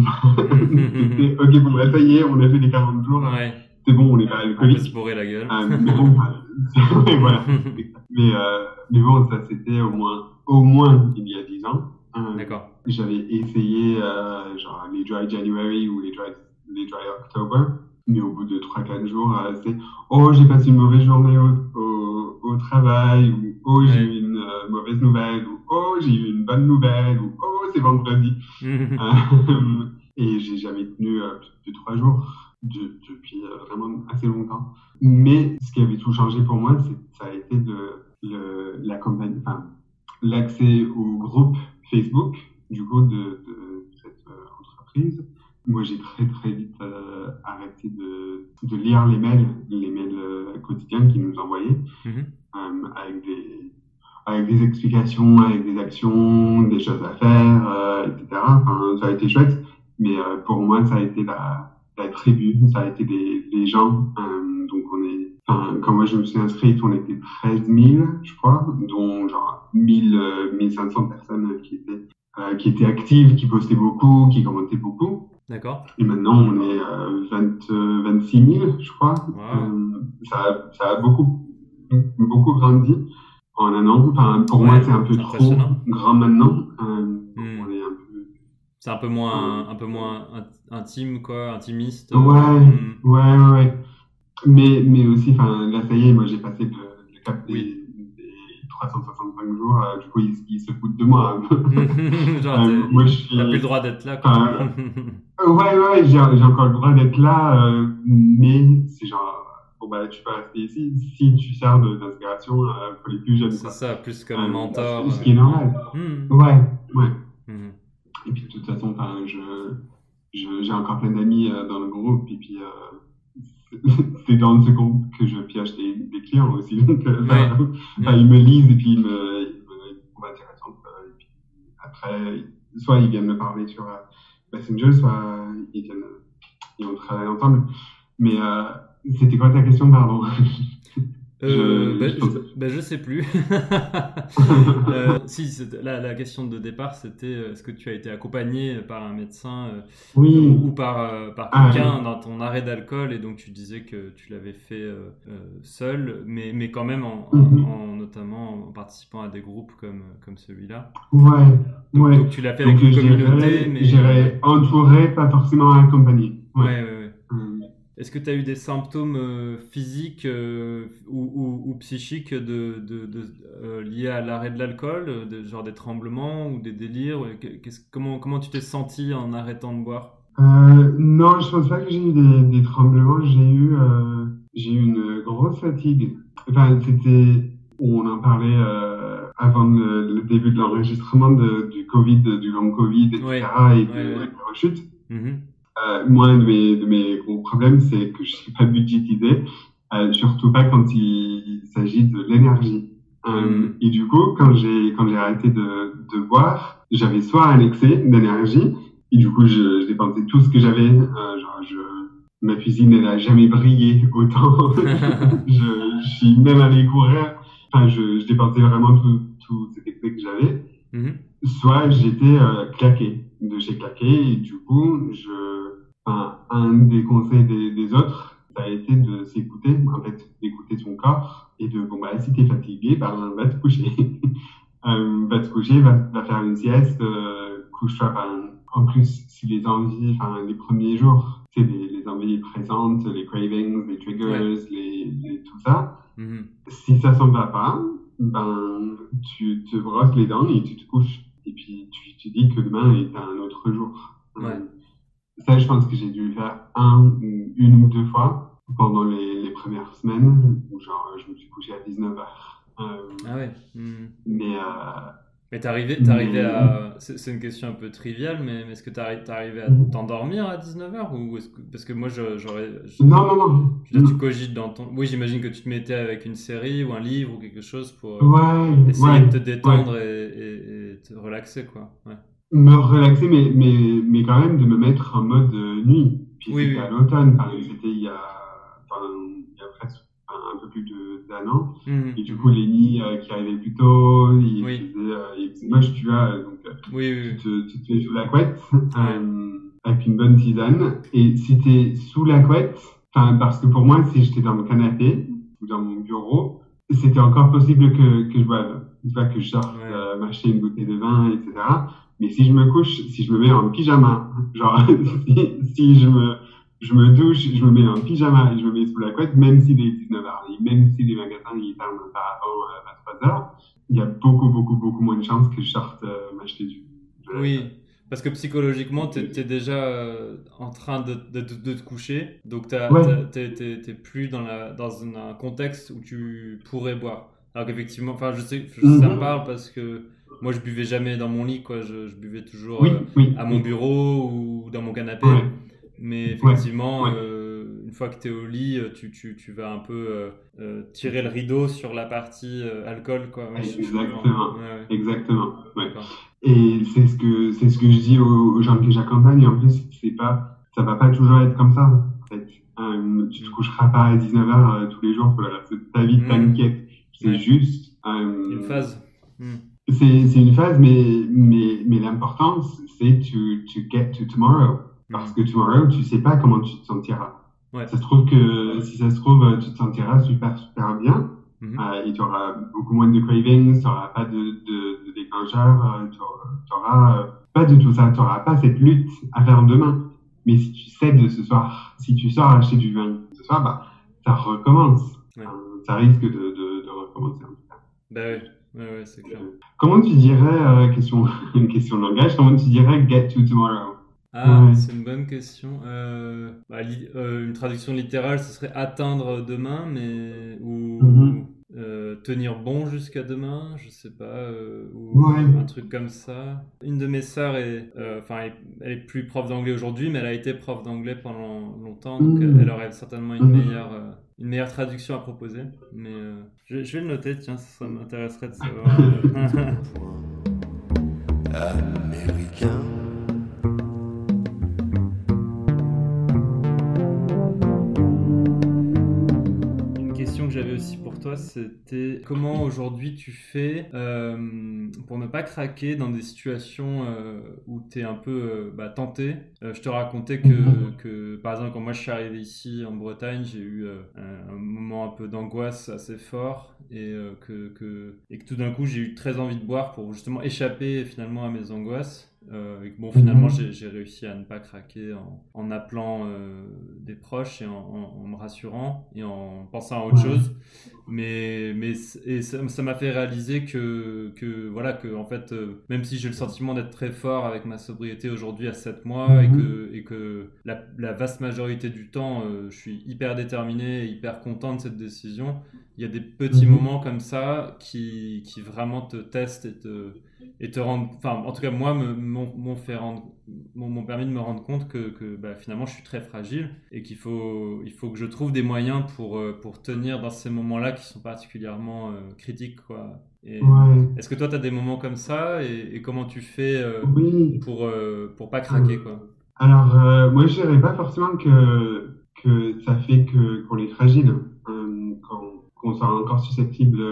C'était ok, bon, bah, ça y est, on a fait les quarante jours. Ouais. C'est bon, on n'est pas alcoolique. On peut se bourrer la gueule. Euh, mais bon, ouais, voilà. mais, euh, mais bon, ça c'était au moins, au moins il y a dix ans. Euh, D'accord. J'avais essayé euh, genre les Dry January ou les Dry, les dry October, mais au bout de trois quatre jours, euh, c'est oh, j'ai passé une mauvaise journée au, au, au travail, ou oh, ouais. j'ai eu une euh, mauvaise nouvelle, ou oh, j'ai eu une bonne nouvelle, ou oh, c'est vendredi. euh, et j'ai jamais tenu euh, plus de trois jours. De, depuis euh, vraiment assez longtemps. Mais ce qui avait tout changé pour moi, c'est, ça a été de, le, la compagnie, enfin, l'accès au groupe Facebook, du coup, de, de cette euh, entreprise. Moi, j'ai très, très vite euh, arrêté de, de lire les mails, les mails euh, quotidiens qu'ils nous envoyaient, mm-hmm. euh, avec des, avec des explications, avec des actions, des choses à faire, euh, et cetera. Enfin, ça a été chouette, mais euh, pour moi, ça a été la la tribu, ça a été des, des gens, euh, donc on est, enfin, quand moi je me suis inscrite, on était treize mille, je crois, dont genre mille, euh, mille cinq cents personnes qui étaient, euh, qui étaient actives, qui postaient beaucoup, qui commentaient beaucoup. D'accord. Et maintenant on est euh, vingt, euh, vingt-six mille, je crois. Wow. Euh, ça, a, ça a beaucoup, beaucoup grandi en un an. Enfin, pour ouais, moi c'est un peu trop grand maintenant. Euh, mm. On est un peu. C'est un peu moins, euh, un peu moins intime, quoi, intimiste. Ouais, mmh. ouais, ouais. Mais, mais aussi, enfin, là, ça y est, moi, j'ai passé le, le cap des, oui. des trois cent soixante-cinq jours. Euh, du coup, ils, ils se foutent de moi. Genre, euh, moi, je suis... t'as plus le droit d'être là, quoi. Euh, ouais, ouais, j'ai, j'ai encore le droit d'être là, euh, mais c'est genre bon, bah, tu peux rester ici si tu sers de, d'inspiration euh, pour les plus jeunes. C'est quoi. ça, plus comme Euh, mentor. Ce qui est normal. Mmh. Ouais, ouais. Mmh. Et puis de toute façon, je, je, j'ai encore plein d'amis euh, dans le groupe. Et puis euh, c'est, c'est dans ce groupe que je pioche des, des clients aussi. Donc euh, Ouais. ça, enfin, ils me lisent et puis ils me, ils me, ils me trouvent intéressante. Euh, et puis après, soit ils viennent me parler sur euh, Messenger, soit ils viennent et on travaille ensemble. Mais euh, c'était quoi ta question, pardon? Euh, Je- bah, je pense- je, bah, je sais plus. Euh, si, c'était- la, la question de départ, c'était euh, est-ce que tu as été accompagné par un médecin euh, Oui. ou, ou par, euh, par Ah, quelqu'un oui. dans ton arrêt d'alcool, et donc tu disais que tu l'avais fait euh, euh, seul, mais, mais quand même en, en- Mhm. en- notamment en participant à des groupes comme, comme celui-là. Ouais, Donc, ouais. donc tu l'as fait Donc avec une je communauté, dirais, mais... je dirais entouré, pas forcément accompagné. Ouais, Ouais. ouais, ouais. Hum. Est-ce que tu as eu des symptômes euh, physiques euh, ou, ou- ou psychiques de, de- de- euh, liés à l'arrêt de l'alcool, euh, de- genre des tremblements ou des délires? ouais, que- qu'est-ce- comment, comment tu t'es senti en arrêtant de boire? Euh, non, je pense pas que j'ai eu des, des tremblements. J'ai eu, euh, j'ai eu une grosse fatigue. Enfin, c'était, on en parlait euh, avant le, le début de l'enregistrement de, du Covid, du long Covid, Ouais, et cetera, et de ouais, ouais. la rechute. Mhm. Euh, moi, un de mes, de mes gros problèmes, c'est que je sais pas budgétiser, euh, surtout pas quand il, il s'agit de l'énergie. Euh, Mm. Et du coup, quand j'ai quand j'ai arrêté de, de boire, j'avais soit un excès d'énergie, et du coup, je, je dépensais tout ce que j'avais. Euh, genre, je, ma cuisine, elle a jamais brillé autant. je, je suis même allé courir. Enfin, je, je dépensais vraiment tout, tout cet excès que j'avais. Mhm. Soit j'étais euh, claqué, de chez claqué, et du coup, je, enfin, un des conseils des, des autres, ça a été de s'écouter, en fait, d'écouter son corps, et de, bon, bah, si t'es fatigué, ben, va te coucher. euh, va te coucher, va, va faire une sieste, euh, couche-toi, enfin, en plus, si les envies, enfin, les premiers jours, c'est les, les envies présentes, les cravings, les triggers, Ouais. les, les, tout ça, Mhm. si ça s'en va pas, ben, tu te brosses les dents et tu te couches. Et puis, tu te dis que demain est un autre jour. Ouais. Euh, Ça, je pense que j'ai dû le faire un, ou une ou deux fois pendant les, les premières semaines, où genre, je me suis couché à dix-neuf heures. Euh, Ah ouais. Mhm. mais, euh, Mais t'arrivais, t'arrivais mais, à... C'est c'est une question un peu triviale, mais, mais est-ce que t'arri- t'arrivais à Mhm. t'endormir à dix-neuf heures ou est-ce que... Parce que moi, je- j'aurais... je- non, non, non. Je veux dire, tu cogites dans ton... Oui, j'imagine que tu te mettais avec une série ou un livre ou quelque chose pour euh, Ouais, essayer ouais, de te ouais. détendre et, et- et te relaxer, quoi. Ouais. Me relaxer, mais, mais, mais quand même de me mettre en mode euh, nuit. Puis Oui, c'était oui. à l'automne, enfin, c'était il y a, enfin, il y a presque enfin, un peu plus de, d'un an. Mhm, Et du mhm. coup, les nids euh, qui arrivaient plus tôt, ils Oui. faisaient, euh, ils faisaient moche, tu vois. Donc, euh, Oui, oui, tu oui. te, tu te mets sous la couette euh, avec une bonne tisane. Et si t'es sous la couette, enfin, parce que pour moi, si j'étais dans mon canapé ou dans mon bureau, c'était encore possible que, que je boive. Tu vois, que je sorte Ouais. euh, m'acheter une bouteille de vin, et cetera. Mais si je me couche, si je me mets en pyjama, genre, si, si je me, je me douche, je me mets en pyjama et je me mets sous la couette, même s'il est dix-neuf heures, et même si les magasins ils ferment pas avant euh, vingt-trois heures, il y a beaucoup, beaucoup, beaucoup moins de chances que je sorte euh, m'acheter du, de l'alcool. Oui, parce que psychologiquement, t'es, t'es déjà euh, en train de, de, de- de te coucher, donc t'as, Ouais. t'as- t'es, t'es- t'es plus dans, la, dans un, un contexte où tu pourrais boire. Alors qu'effectivement, enfin, je sais, je- ça me Mhm. parle parce que moi, je buvais jamais dans mon lit, quoi. Je, je buvais toujours Oui, euh, oui, à mon oui. bureau ou dans mon canapé. Ouais. Mais effectivement, ouais. euh, une fois que tu es au lit, euh, tu, tu, tu vas un peu euh, euh, tirer le rideau sur la partie euh, alcool, quoi. Ouais, je- je comprends. Exactement. Ouais, ouais. Exactement. Ouais. D'accord. Et c'est ce que c'est ce que je dis aux, aux gens que j'accompagne. En plus, c'est pas, ça va pas toujours être comme ça. En fait, euh, tu te Mm. coucheras pas à dix-neuf heures euh, tous les jours pour le reste de ta vie. Mm. T'inquiète. C'est Ouais. juste euh, Une phase. Mm. C'est c'est une phase, mais mais mais l'important c'est to to get to tomorrow. Parce Mm. que tomorrow, tu sais pas comment tu te sentiras. Ouais. Ça se trouve que si ça se trouve, tu te sentiras super super bien. Mhm. Euh, et tu auras beaucoup moins de cravings, tu n'auras pas de, de, de déclencheur, euh, tu n'auras euh, pas de tout ça, tu n'auras pas cette lutte à faire demain. Mais si tu cèdes ce soir, si tu sors acheter du vin ce soir, bah, ça recommence. Ouais. Euh, ça risque de, de, de recommencer en tout cas. Bah ouais, ouais, ouais, c'est clair. Comment tu dirais, euh, question, une question de langage, comment tu dirais get to tomorrow? Ah, Ouais. c'est une bonne question. Euh, bah, li- euh, une traduction littérale, ce serait atteindre demain, mais ou Mhm. euh, tenir bon jusqu'à demain, je sais pas, euh, ou Ouais. un truc comme ça. Une de mes sœurs est, euh, enfin, elle, elle est plus prof d'anglais aujourd'hui, mais elle a été prof d'anglais pendant longtemps, donc elle, elle Mhm. aurait certainement une Mhm. meilleure, euh, une meilleure traduction à proposer. Mais euh, je, je vais le noter, tiens, ça m'intéresserait de savoir. point américain. Une question que j'avais aussi pour toi, c'était comment aujourd'hui tu fais euh, pour ne pas craquer dans des situations euh, où tu es un peu euh, bah, tenté. Euh, je te racontais que, Mhm. que, par exemple, quand moi je suis arrivé ici en Bretagne, j'ai eu euh, un, un moment un peu d'angoisse assez fort et, euh, que, que, et que tout d'un coup j'ai eu très envie de boire pour justement échapper finalement à mes angoisses. Euh, et que bon, finalement, Mhm. j'ai, j'ai réussi à ne pas craquer en, en appelant euh, des proches et en, en- en me rassurant et en pensant à autre Ouais. chose. Mais, mais c- et ça, ça m'a fait réaliser que, que, voilà, que en fait, euh, même si j'ai le sentiment d'être très fort avec ma sobriété aujourd'hui à sept mois et Mhm. que, et que la, la vaste majorité du temps, euh, je suis hyper déterminé et hyper content de cette décision, il y a des petits Mhm. moments comme ça qui, qui vraiment te testent et te, et te rendre, enfin, en tout cas, moi, me- m'ont m'ont fait rendre, m'ont m'ont permis de me rendre compte que, que bah, finalement, je suis très fragile et qu'il faut, il faut que je trouve des moyens pour, euh, pour tenir dans ces moments-là qui sont particulièrement euh, critiques, quoi. Et Ouais. est-ce que toi, tu as des moments comme ça et, et comment tu fais euh, Oui. pour, euh, pour pas craquer, Euh, quoi? Alors, euh, moi, je dirais pas forcément que, que ça fait que qu'on est fragile, euh, qu'on qu'on soit encore susceptible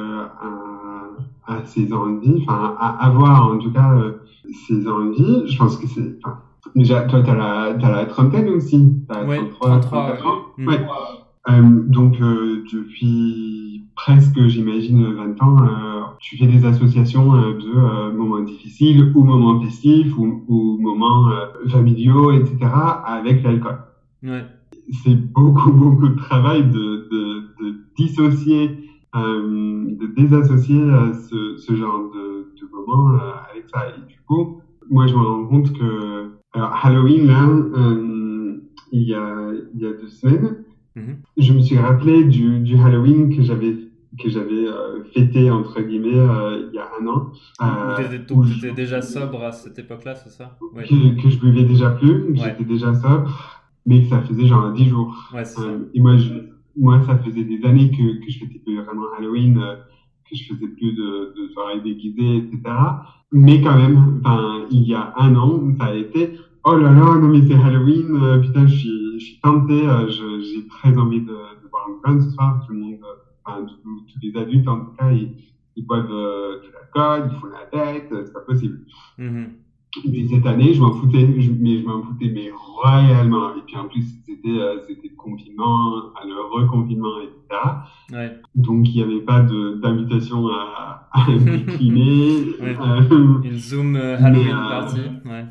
à, à ces envies, enfin, à avoir en tout cas euh, ces envies. Je pense que c'est. Enfin, déjà, toi, t'as la, t'as la trentaine aussi, t'as Ouais, trente-trois, trente-trois, trente-quatre ouais. ans. Mhm. Ouais. Euh, donc, euh, depuis presque, j'imagine, vingt ans, euh, tu fais des associations euh, de euh, moments difficiles ou moments festifs ou, ou moments euh, familiaux, et cetera, avec l'alcool. Ouais. C'est beaucoup, beaucoup de travail de, de, de dissocier, euh, de désassocier euh, ce, ce genre de, de moments euh, avec ça. Et du coup, moi, je me rends compte que alors, Halloween, là, euh, il y a, il y a deux semaines, Mhm. je me suis rappelé du, du Halloween que j'avais que j'avais euh, fêté entre guillemets euh, il y a un an, Où, où euh, t'étais, où donc je, t'étais déjà sobre à cette époque-là, c'est ça? Ouais. que, que je buvais déjà plus, que Ouais. j'étais déjà sobre, mais que ça faisait genre dix jours. Ouais, c'est ça. Euh, et moi, je, moi, ça faisait des années que, que je fêtais plus vraiment Halloween, euh, que je faisais plus de, de soirées déguisées, et cetera. Mais quand même, enfin, il y a un an, ça a été, oh là là, non mais c'est Halloween, euh, putain, je suis, je suis tenté, euh, je- j'ai très envie de, de boire un coin ce soir. Tout le monde, euh, enfin, tous tous les adultes en tout cas, ils, ils boivent euh, de l'alcool, ils font la tête, euh, c'est pas possible. Mhm. Et puis cette année, je m'en foutais, je, mais je m'en foutais mais royalement. Et puis en plus, c'était euh, c'était le confinement, enfin, le reconfinement, et cetera. Ouais. Donc il n'y avait pas de d'invitation à, à décliner. Ouais. Euh, Une Zoom euh, mais Halloween euh, party. Ouais.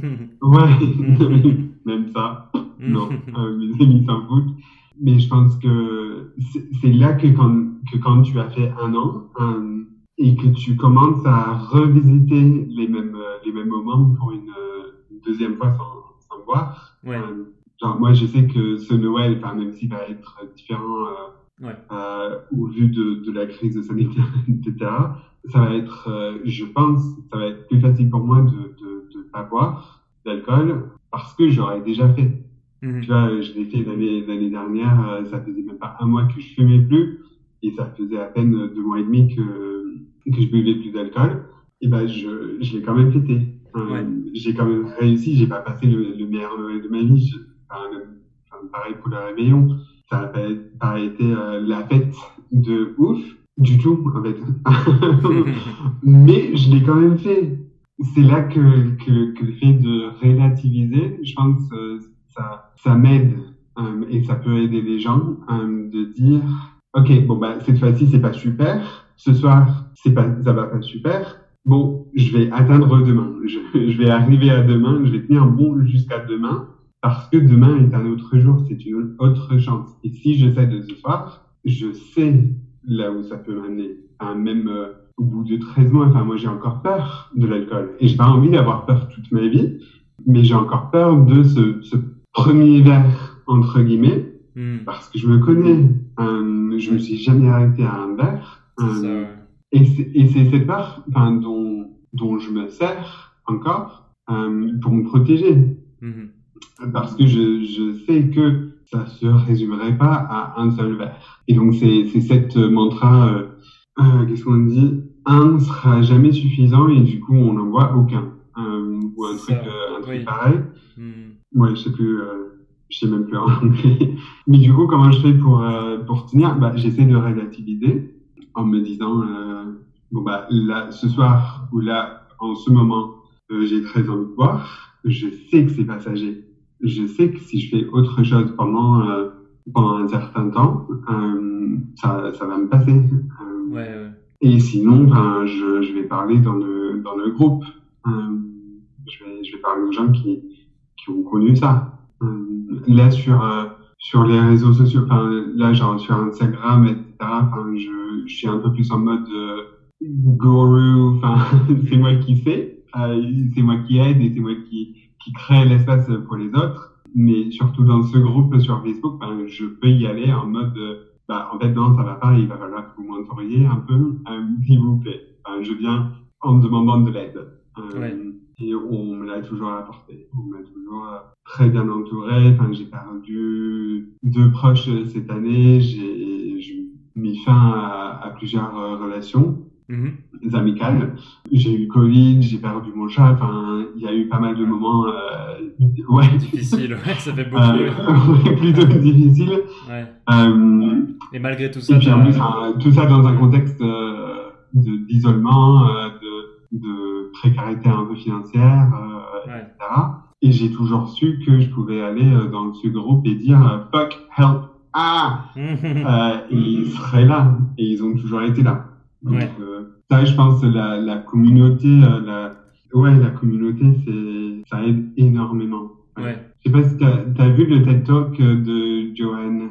ouais, même ça, non, euh, mes amis s'en foutent. Mais je pense que c'est c'est là que quand, que quand tu as fait un an euh, et que tu commences à revisiter les mêmes, euh, les mêmes moments pour une, euh, une deuxième fois sans, sans boire. Ouais. Euh, genre, moi, je sais que ce Noël, enfin, même s'il va être différent euh, Ouais. euh, au vu de, de la crise sanitaire, et cetera, ça va être, euh, je pense, ça va être plus facile pour moi de de, de pas boire d'alcool parce que j'aurais déjà fait. Tu Mhm. vois, je l'ai fait l'année l'année dernière, euh, ça faisait même pas un mois que je fumais plus, et ça faisait à peine deux mois et demi que, que je buvais plus d'alcool. Et ben, je, je l'ai quand même fêté. Ouais. Euh, j'ai quand même réussi, j'ai pas passé le, le meilleur Noël de ma vie. Je- enfin, même- enfin, pareil pour le réveillon, ça n'a pas, pas été euh, la fête de ouf du tout, en fait. Mais je l'ai quand même fait. C'est là que, que, que le fait de relativiser, je pense, euh, ça, ça m'aide euh, et ça peut aider les gens euh, de dire, ok, bon bah cette fois-ci c'est pas super, ce soir c'est pas, ça va pas super. Bon, je vais atteindre demain. Je, je vais arriver à demain, je vais tenir bon jusqu'à demain parce que demain est un autre jour, c'est une autre chance. Et si je sais de ce soir, je sais là où ça peut m'amener. Enfin, même euh, au bout de treize mois, enfin moi j'ai encore peur de l'alcool et j'ai pas envie d'avoir peur toute ma vie. mais j'ai encore peur de ce, ce premier verre, entre guillemets, Mm. parce que je me connais. Euh, je me suis jamais arrêté à un verre. C'est Euh, ça, ouais. et, c'est, et c'est cette peur enfin, dont, dont je me sers encore euh, pour me protéger. Mhm. Parce que je, je sais que ça se résumerait pas à un seul verre. Et donc, c'est, c'est cette mantra, euh, euh, qu'est-ce qu'on dit? Un sera jamais suffisant et du coup, on n'en boit aucun. Euh, ou un Ça, truc, euh, un truc oui. pareil. Mm. Ouais, je sais plus, euh, je sais même plus en anglais. Mais du coup, comment je fais pour, euh, pour tenir? Bah, j'essaie de relativiser en me disant, euh, bon, bah, là, ce soir, ou là, en ce moment, euh, j'ai très envie de boire. Je sais que c'est passager. Je sais que si je fais autre chose pendant, euh, pendant un certain temps, euh, ça, ça va me passer. Euh, Ouais, ouais. et sinon, ben, je, je vais parler dans le, dans le groupe. Euh, je vais, je vais parler aux gens qui, qui ont connu ça. Euh, là, sur, euh, sur les réseaux sociaux, enfin, là, genre sur Instagram, et cetera, enfin, je, je suis un peu plus en mode euh, guru, enfin, c'est moi qui sais, euh, c'est moi qui aide et c'est moi qui, qui crée l'espace pour les autres. Mais surtout dans ce groupe sur Facebook, ben, je peux y aller en mode, euh, bah, en fait, non, ça va pas, il va falloir que vous m'entouriez un peu, euh, s'il vous plaît. Enfin, je viens en demandant de l'aide. Euh, Ouais. Et on me l'a toujours apporté. On m'a toujours euh, très bien entouré. Enfin, j'ai perdu deux proches cette année. J'ai, j'ai mis fin à, à plusieurs euh, relations Mhm. amicales. J'ai eu Covid, j'ai perdu mon chat. Enfin, il y a eu pas mal de moments, euh, ouais, Difficile, ouais, ça fait beaucoup. euh, ouais. plutôt difficiles. Ouais. Euh, Et malgré tout ça, et puis en t'as- plus, enfin, tout ça dans un contexte euh, de, d'isolement, euh, de, de précarité un peu financière, euh, Ouais. et cetera. Et j'ai toujours su que je pouvais aller euh, dans ce groupe et dire euh, fuck, help, ah, Mhm. euh, et ils seraient là, et ils ont toujours été là. Donc Ouais. euh, ça, je pense, la, la communauté, euh, la, ouais, la communauté, c'est, ça aide énormément. Ouais. Je sais pas si t'as, t'as vu le TED Talk de Johann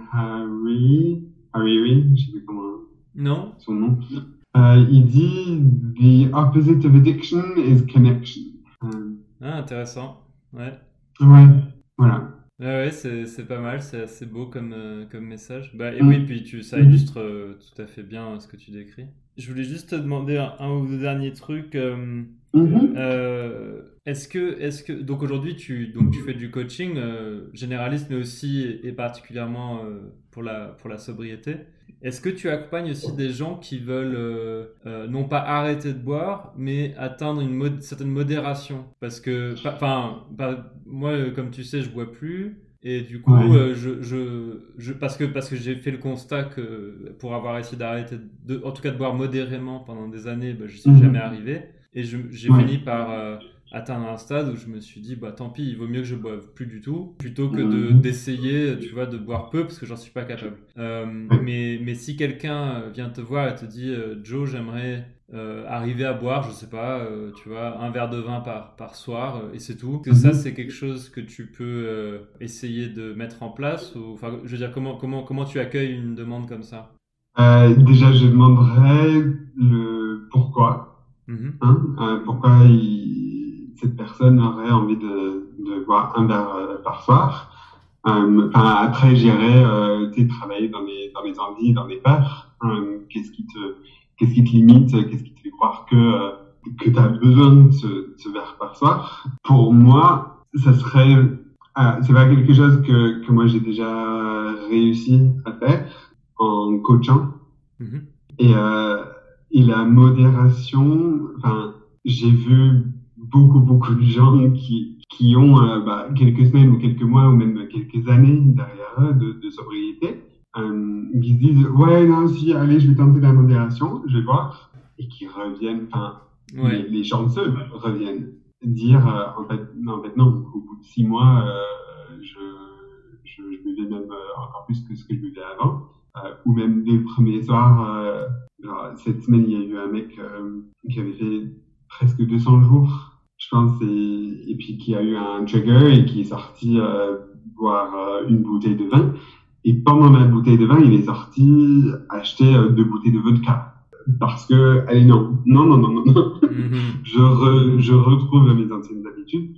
Hari, Hariri, je sais plus comment Non? son nom. Euh, il dit the opposite of addiction is connection. Euh, Ah, intéressant. Ouais. ouais, voilà. Ouais, ouais, c'est, c'est pas mal, c'est assez beau comme, euh, comme message. Bah, et Mm. oui, puis tu, ça illustre euh, tout à fait bien euh, ce que tu décris. Je voulais juste te demander un, un ou deux derniers trucs. euh, Mhm. euh, est-ce que, est-ce que, donc aujourd'hui, tu, donc tu fais du coaching euh, généraliste, mais aussi et particulièrement euh, pour la, pour la sobriété. Est-ce que tu accompagnes aussi des gens qui veulent euh, euh, non pas arrêter de boire, mais atteindre une mod- certaine modération? Parce que, enfin, moi, euh, comme tu sais, je bois plus. Et du coup, Ouais. euh, je, je, je, parce que, parce que j'ai fait le constat que pour avoir essayé d'arrêter, de, en tout cas de boire modérément pendant des années, bah, je suis Mhm. jamais arrivé. Et je, j'ai Ouais. fini par euh, atteindre un stade où je me suis dit, bah tant pis, il vaut mieux que je boive plus du tout, plutôt que de, Mhm. d'essayer, tu vois, de boire peu, parce que j'en suis pas capable. Euh, mais, mais si quelqu'un vient te voir et te dit, euh, Joe, j'aimerais euh, arriver à boire, je sais pas, euh, tu vois, un verre de vin par, par soir, euh, et c'est tout. Que ça, Mhm. c'est quelque chose que tu peux euh, essayer de mettre en place, ou, enfin, je veux dire, comment, comment, comment tu accueilles une demande comme ça? Euh, déjà, je demanderais le pourquoi. Mhm. Hein, euh, pourquoi il- cette personne aurait envie de, de boire un verre euh, par soir. Euh, enfin, après, j'irais euh, tu sais, travailler dans les, dans les envies, dans les peurs. Euh, qu'est-ce qui te, qu'est-ce qui te limite, qu'est-ce qui te fait croire que, euh, que tu as besoin de ce, de ce verre par soir. Pour moi, ça serait... Ah, c'est pas quelque chose que, que moi j'ai déjà réussi à faire en coachant. Mhm. Et, euh, et la modération, enfin, j'ai vu beaucoup, beaucoup de gens qui, qui ont euh, bah, quelques semaines ou quelques mois ou même quelques années derrière eux de, de sobriété, euh, qui se disent ouais, non, si, allez, je vais tenter la modération, je vais voir, et qui reviennent, enfin, Ouais. les, les chanceux reviennent dire euh, en fait, non, en fait, non, au bout de six mois, euh, je, je, je buvais même euh, encore plus que ce que je buvais avant. Euh, ou même dès le premier soir, euh, genre, cette semaine, il y a eu un mec euh, qui avait fait presque deux cents jours, je pense, et, et puis qui a eu un trigger et qui est sorti euh, boire euh, une bouteille de vin. Et pendant la bouteille de vin, il est sorti acheter euh, deux bouteilles de vodka. Parce que, allez, non, non, non, non, non, non. Mhm. je, re, je retrouve mes anciennes habitudes.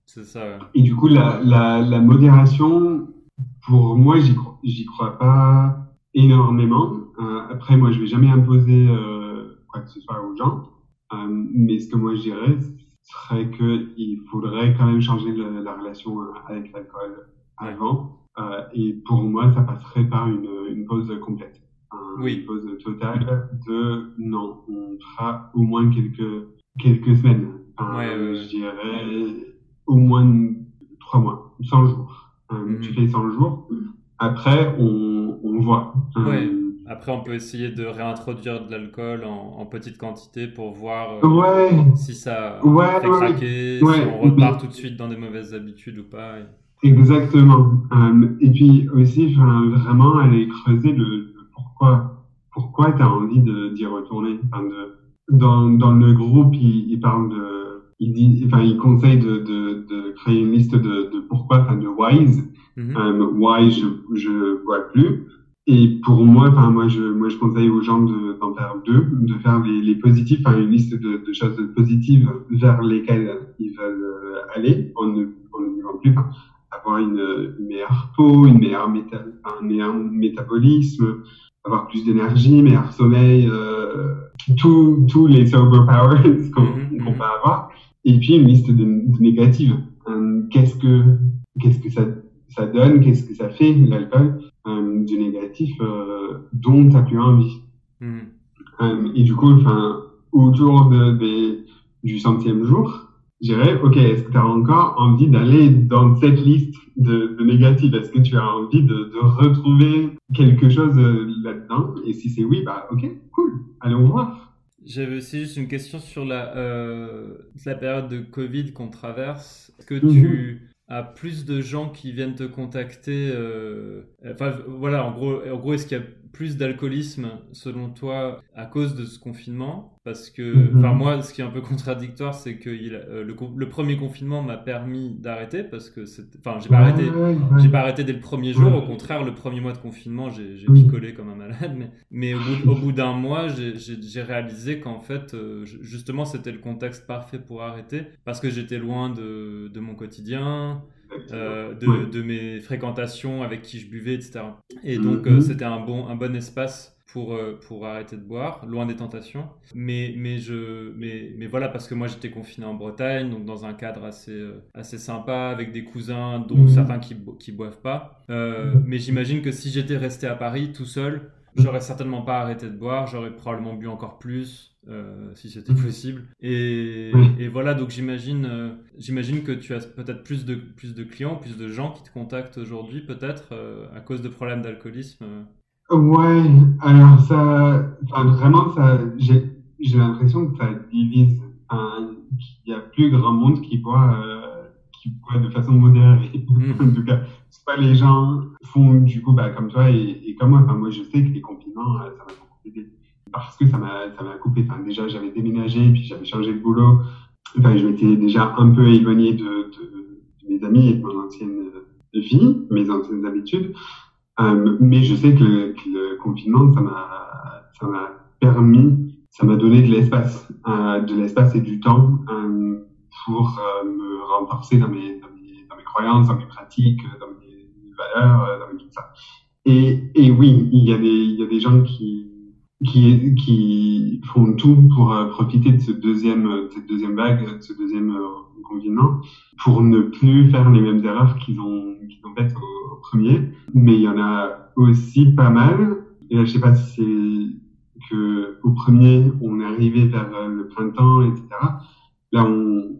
C'est ça, ouais. Et du coup, la, la, la modération, pour moi, j'y, cro- j'y crois pas énormément. Euh, après, moi, je vais jamais imposer euh, quoi que ce soit aux gens. Euh, mais ce que moi, je dirais, serait qu'il faudrait quand même changer le- la relation euh, avec l'alcool avant. Euh, et pour moi, ça passerait par une, une pause complète. Un- Oui. Une pause totale de non, on fera au moins quelques, quelques semaines. Enfin, Ouais, ouais, ouais. je dirais au moins trois mois, cent jours. Euh, Mhm. Tu fais cent jours, après on, on voit. Euh, Ouais. Après, on peut essayer de réintroduire de l'alcool en, en petite quantité pour voir euh, Ouais, si ça ouais, fait ouais, craquer, ouais, si ouais, on repart mais tout de suite dans des mauvaises habitudes ou pas. et- exactement. Euh, et puis aussi, enfin, vraiment aller creuser le, le pourquoi. Pourquoi tu as envie de, d'y retourner. Enfin, de, dans, dans le groupe, il, il parle de, il dit, enfin, il conseille de, de, de créer une liste de, de pourquoi, enfin, de whys. Mhm. Euh, why je, je bois plus. Et pour moi, enfin, moi, je, moi, je conseille aux gens de, d'en faire deux, de faire les, les positifs, enfin, une liste de, de choses positives vers lesquelles ils veulent euh, aller en ne, en ne buvant plus. Enfin, avoir une, une meilleure peau, une meilleure méta, un meilleur métabolisme, avoir plus d'énergie, meilleur sommeil, euh, tous tous les sober powers qu'on Mhm, qu'on mhm. peut avoir. Et puis une liste de, de négatives. Euh, qu'est-ce que qu'est-ce que ça ça donne, qu'est-ce que ça fait l'alcool euh, du négatif euh, dont t'as plus envie. Mhm. Euh, et du coup, enfin, autour de, des, du centième jour, je dirais, ok, est-ce que tu as encore envie d'aller dans cette liste de, de négatifs? Est-ce que tu as envie de, de retrouver quelque chose euh, là-dedans? Et si c'est oui, bah ok, cool, allons voir. J'avais aussi juste une question sur la, euh, la période de Covid qu'on traverse. Est-ce que Mhm. tu as plus de gens qui viennent te contacter euh, Enfin, voilà, en gros, en gros, est-ce qu'il y a plus d'alcoolisme selon toi à cause de ce confinement? Parce que, enfin, Mhm. moi, ce qui est un peu contradictoire, c'est que il, euh, le, con- le premier confinement m'a permis d'arrêter parce que c'était, enfin, j'ai pas Ouais, arrêté. ouais, J'ai ouais. pas arrêté dès le premier jour, au Ouais. contraire, le premier mois de confinement, j'ai j'ai Oui. picolé comme un malade, mais, mais au bout, au bout d'un mois, j'ai- j'ai j'ai réalisé qu'en fait, euh, ju- justement, c'était le contexte parfait pour arrêter, parce que j'étais loin de, de mon quotidien, Exactement. euh, Ouais. de, de mes fréquentations avec qui je buvais, et cetera. Et donc, euh, Mhm. c'était un bon, un bon espace pour, euh, pour arrêter de boire, loin des tentations. Mais, mais, je, mais, mais voilà, parce que moi, j'étais confiné en Bretagne, donc dans un cadre assez, euh, assez sympa, avec des cousins, dont Mhm. certains qui, bo- qui boivent pas. Euh, mais j'imagine que si j'étais resté à Paris tout seul, j'aurais certainement pas arrêté de boire, j'aurais probablement bu encore plus. Euh, si c'était Mhm. possible. Et, Ouais. et voilà, donc j'imagine, euh, j'imagine que tu as peut-être plus de, plus de clients, plus de gens qui te contactent aujourd'hui, peut-être, euh, à cause de problèmes d'alcoolisme. Ouais, alors ça, enfin vraiment, ça, j'ai, j'ai l'impression que ça divise. Enfin, qu'il y a plus grand monde qui boit, euh, qui boit de façon modérée. En Mm. tout cas, soit les gens font du coup, bah, comme toi et, et comme moi. Enfin, moi, je sais que les confinements, euh, ça m'a beaucoup aidé parce que ça m'a, ça m'a coupé. Enfin, déjà, j'avais déménagé, puis j'avais changé de boulot. Enfin, je m'étais déjà un peu éloigné de, de, de mes amis et de mon ancienne vie, mes anciennes habitudes. Euh, mais je sais que le, que le confinement, ça m'a, ça m'a permis, ça m'a donné de l'espace, euh, de l'espace et du temps euh, pour euh, me renforcer dans mes, dans mes, dans mes croyances, dans mes pratiques, dans mes valeurs, euh, dans mes tout ça. Et, et oui, il y a des, il y a des gens qui, qui, qui font tout pour euh, profiter de ce deuxième, de cette deuxième vague, de ce deuxième euh, confinement, pour ne plus faire les mêmes erreurs qu'ils ont, qu'ils ont faites au, au premier. Mais il y en a aussi pas mal. Et là, je sais pas si c'est que au premier, on est arrivé vers euh, le printemps, et cetera. Là, on,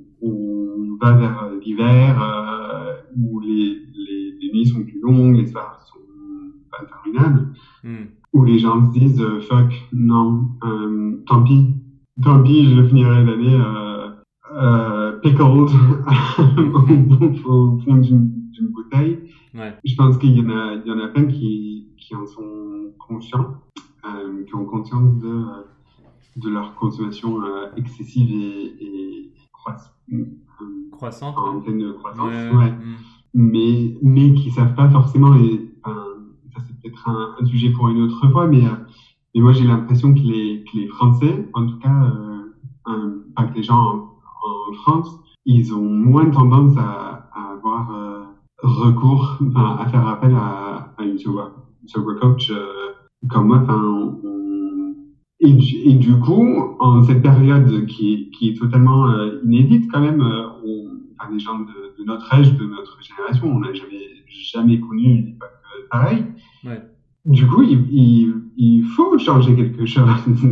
on va vers euh, l'hiver, euh, où les, les, les nuits sont plus longues, les soirs sont interminables, Mm. où les gens se disent euh, fuck, non, euh, tant pis, tant pis, je finirai l'année euh, euh, pickled Mhm. au, au fond d'une d'une bouteille. Ouais. Je pense qu'il y en a, il y en a plein qui, qui en sont conscients, euh, qui ont conscience de, de leur consommation euh, excessive et, et croisse, euh, Croissante, en ouais. pleine croissance, Ouais. ouais. Mm. Mais, mais qui savent pas forcément, et enfin, ça c'est peut-être un, un sujet pour une autre fois, mais, euh, mais moi j'ai l'impression que les, que les Français, en tout cas, euh, un- pas que les gens en, en France, ils ont moins tendance à, à avoir euh, recours, enfin, à faire appel à, à une sober, sober coach euh, comme moi. Enfin, on, et, et du coup, en cette période qui, qui est totalement euh, inédite quand même, euh, on, enfin, les gens de, de notre âge, de notre génération, on n'a jamais, jamais connu une époque euh, pareille. Ouais. Du coup, il, il, il faut changer quelque chose.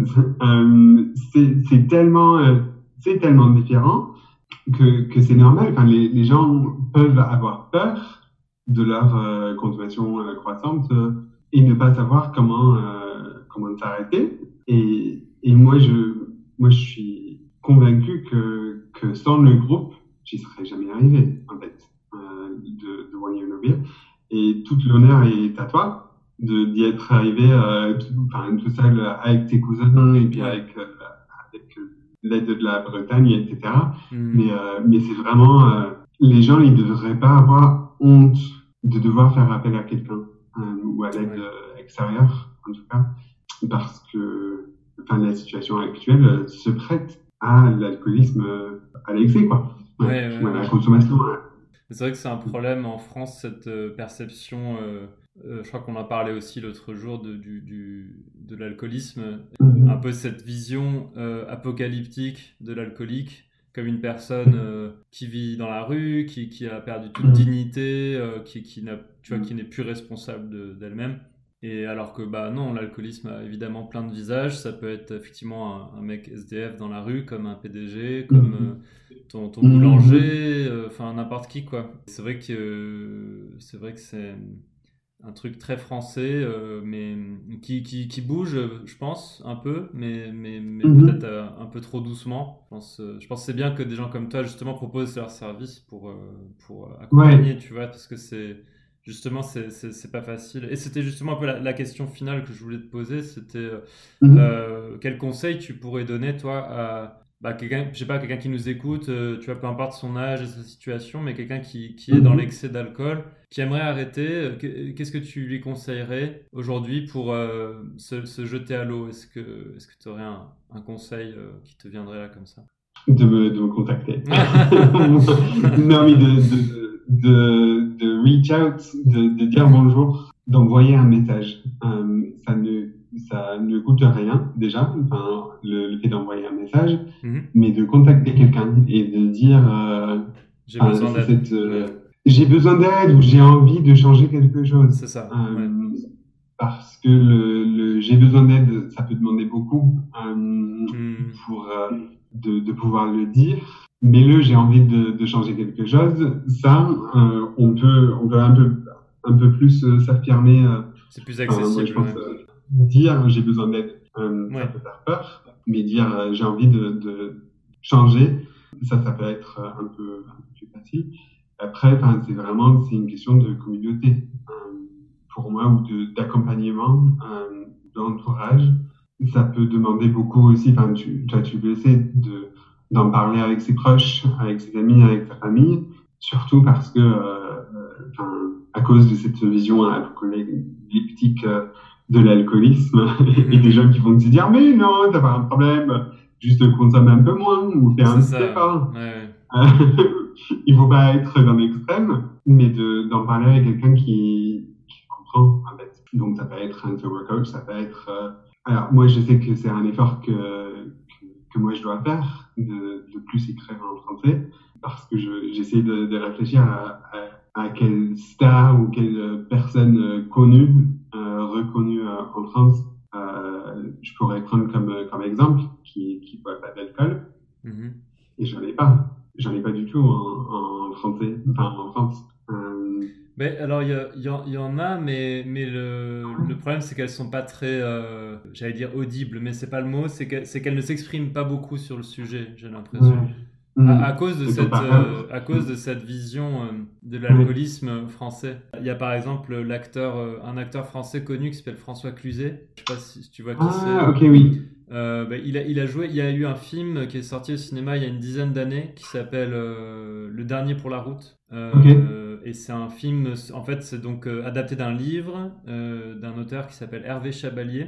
euh, c'est, c'est tellement, euh, c'est tellement différent que, que c'est normal. Enfin, les, les gens peuvent avoir peur de leur euh, consommation euh, croissante euh, et ne pas savoir comment, euh, comment s'arrêter. Et, et moi, je, moi, je suis convaincu que, que sans le groupe, j'y serais jamais arrivé, en fait, euh, de, de One Year No Beer. Et tout l'honneur est à toi de, d'y être arrivé euh, tout, enfin, tout seul avec tes cousins et puis Ouais. avec, euh, avec l'aide de la Bretagne, et cetera. Mmh. Mais, euh, mais c'est vraiment... Euh, les gens, ils ne devraient pas avoir honte de devoir faire appel à quelqu'un euh, ou à l'aide Ouais. euh, extérieure, en tout cas, parce que enfin, la situation actuelle euh, se prête à l'alcoolisme euh, à l'excès, quoi. Ouais, Ouais, ouais, ou à la ouais. consommation. Ouais. C'est vrai que c'est un problème en France, cette euh, perception. Euh, euh, je crois qu'on en parlait aussi l'autre jour de, du, du, de l'alcoolisme. Mhm. Un peu cette vision euh, apocalyptique de l'alcoolique, comme une personne euh, qui vit dans la rue, qui, qui a perdu toute Mhm. dignité, euh, qui, qui, n'a, tu vois, qui n'est plus responsable de, d'elle-même. Et alors que bah non, l'alcoolisme a évidemment plein de visages. Ça peut être effectivement un, un mec S D F dans la rue, comme un P D G, comme euh, ton, ton boulanger, enfin euh, n'importe qui quoi. C'est vrai que euh, c'est vrai que c'est un truc très français, euh, mais qui, qui, qui bouge, je pense, un peu, mais, mais, mais Mhm. peut-être euh, un peu trop doucement. Je pense, euh, je pense que c'est bien que des gens comme toi, justement, proposent leur service pour, euh, pour accompagner, Ouais. tu vois, parce que c'est... Justement, c'est, c'est, c'est pas facile. Et c'était justement un peu la, la question finale que je voulais te poser, c'était euh, Mhm. euh, quel conseil tu pourrais donner, toi, à bah, quelqu'un, je sais pas, quelqu'un qui nous écoute, euh, tu vois, peu importe son âge et sa situation, mais quelqu'un qui, qui est dans l'excès d'alcool, qui aimerait arrêter, euh, qu'est-ce que tu lui conseillerais aujourd'hui pour euh, se, se jeter à l'eau? Est-ce que, est-ce que tu aurais un, un conseil euh, qui te viendrait là comme ça? De me, de me contacter. Non, mais de, de, de, de reach out, de, de dire bonjour, d'envoyer un message. Euh, ça ne, ça ne coûte rien, déjà, enfin, le, le fait d'envoyer un message, Mhm. mais de contacter quelqu'un et de dire, euh, J'ai enfin, besoin c'est d'aide. cette, euh, Ouais. j'ai besoin d'aide ou j'ai envie de changer quelque chose. C'est ça. Euh, Ouais. Parce que le, le j'ai besoin d'aide, ça peut demander beaucoup euh, Mhm. pour euh, de, de pouvoir le dire. Mais le j'ai envie de, de changer quelque chose, ça, euh, on peut, on peut un peu, un peu plus euh, s'affirmer. Euh, C'est plus enfin, moi, je accessible. pense Ouais. euh, dire j'ai besoin d'aide, euh, ça Ouais. peut faire peur, mais dire euh, j'ai envie de, de changer, ça, ça peut être euh, un peu, un peu plus facile. Après, enfin, c'est vraiment, c'est une question de communauté. Euh, pour moi, ou de, d'accompagnement, euh, d'entourage. Ça peut demander beaucoup aussi, enfin, tu, toi, tu le sais, de, d'en parler avec ses proches, avec ses amis, avec sa famille, surtout parce que, euh, enfin, à cause de cette vision apocalyptique euh, de l'alcoolisme, Mhm. et des gens qui vont te dire, mais non, t'as pas un problème, juste consomme un peu moins, ou fais un C'est petit ça. effort. Ouais. Il faut pas être dans l'extrême, mais de, d'en parler avec quelqu'un qui, qui comprend, en fait. Donc, ça peut être un sober coach, ça peut être... Euh... Alors, moi, je sais que c'est un effort que, que, que moi, je dois faire, de, de plus écrire en français, parce que je, j'essaie de, de réfléchir à, à, à quelle star ou quelle personne connue, euh, reconnue euh, en France, euh, je pourrais prendre comme, comme exemple, qui qui boit pas d'alcool, Mhm. et j'en ai pas. J'en ai pas du tout en, en français, enfin en France. Euh... Mais alors, il y, a- il y en- il y en a, mais, mais le, le problème, c'est qu'elles sont pas très, euh, j'allais dire audibles, mais c'est pas le mot, c'est que- c'est qu'elles ne s'expriment pas beaucoup sur le sujet, j'ai l'impression. Ouais. À, à Mm. cause de Et faut cette, pas euh, faire. à cause de cette vision euh, de l'alcoolisme français. Il y a par exemple l'acteur, euh, un acteur français connu qui s'appelle François Cluzet. Je sais pas si tu vois qui Ah, c'est. ok, oui. Euh, bah, il, a, il a joué. Il y a eu un film qui est sorti au cinéma il y a une dizaine d'années qui s'appelle euh, Le Dernier pour la route. Euh, Ok. et c'est un film. En fait, c'est donc euh, adapté d'un livre euh, d'un auteur qui s'appelle Hervé Chabalier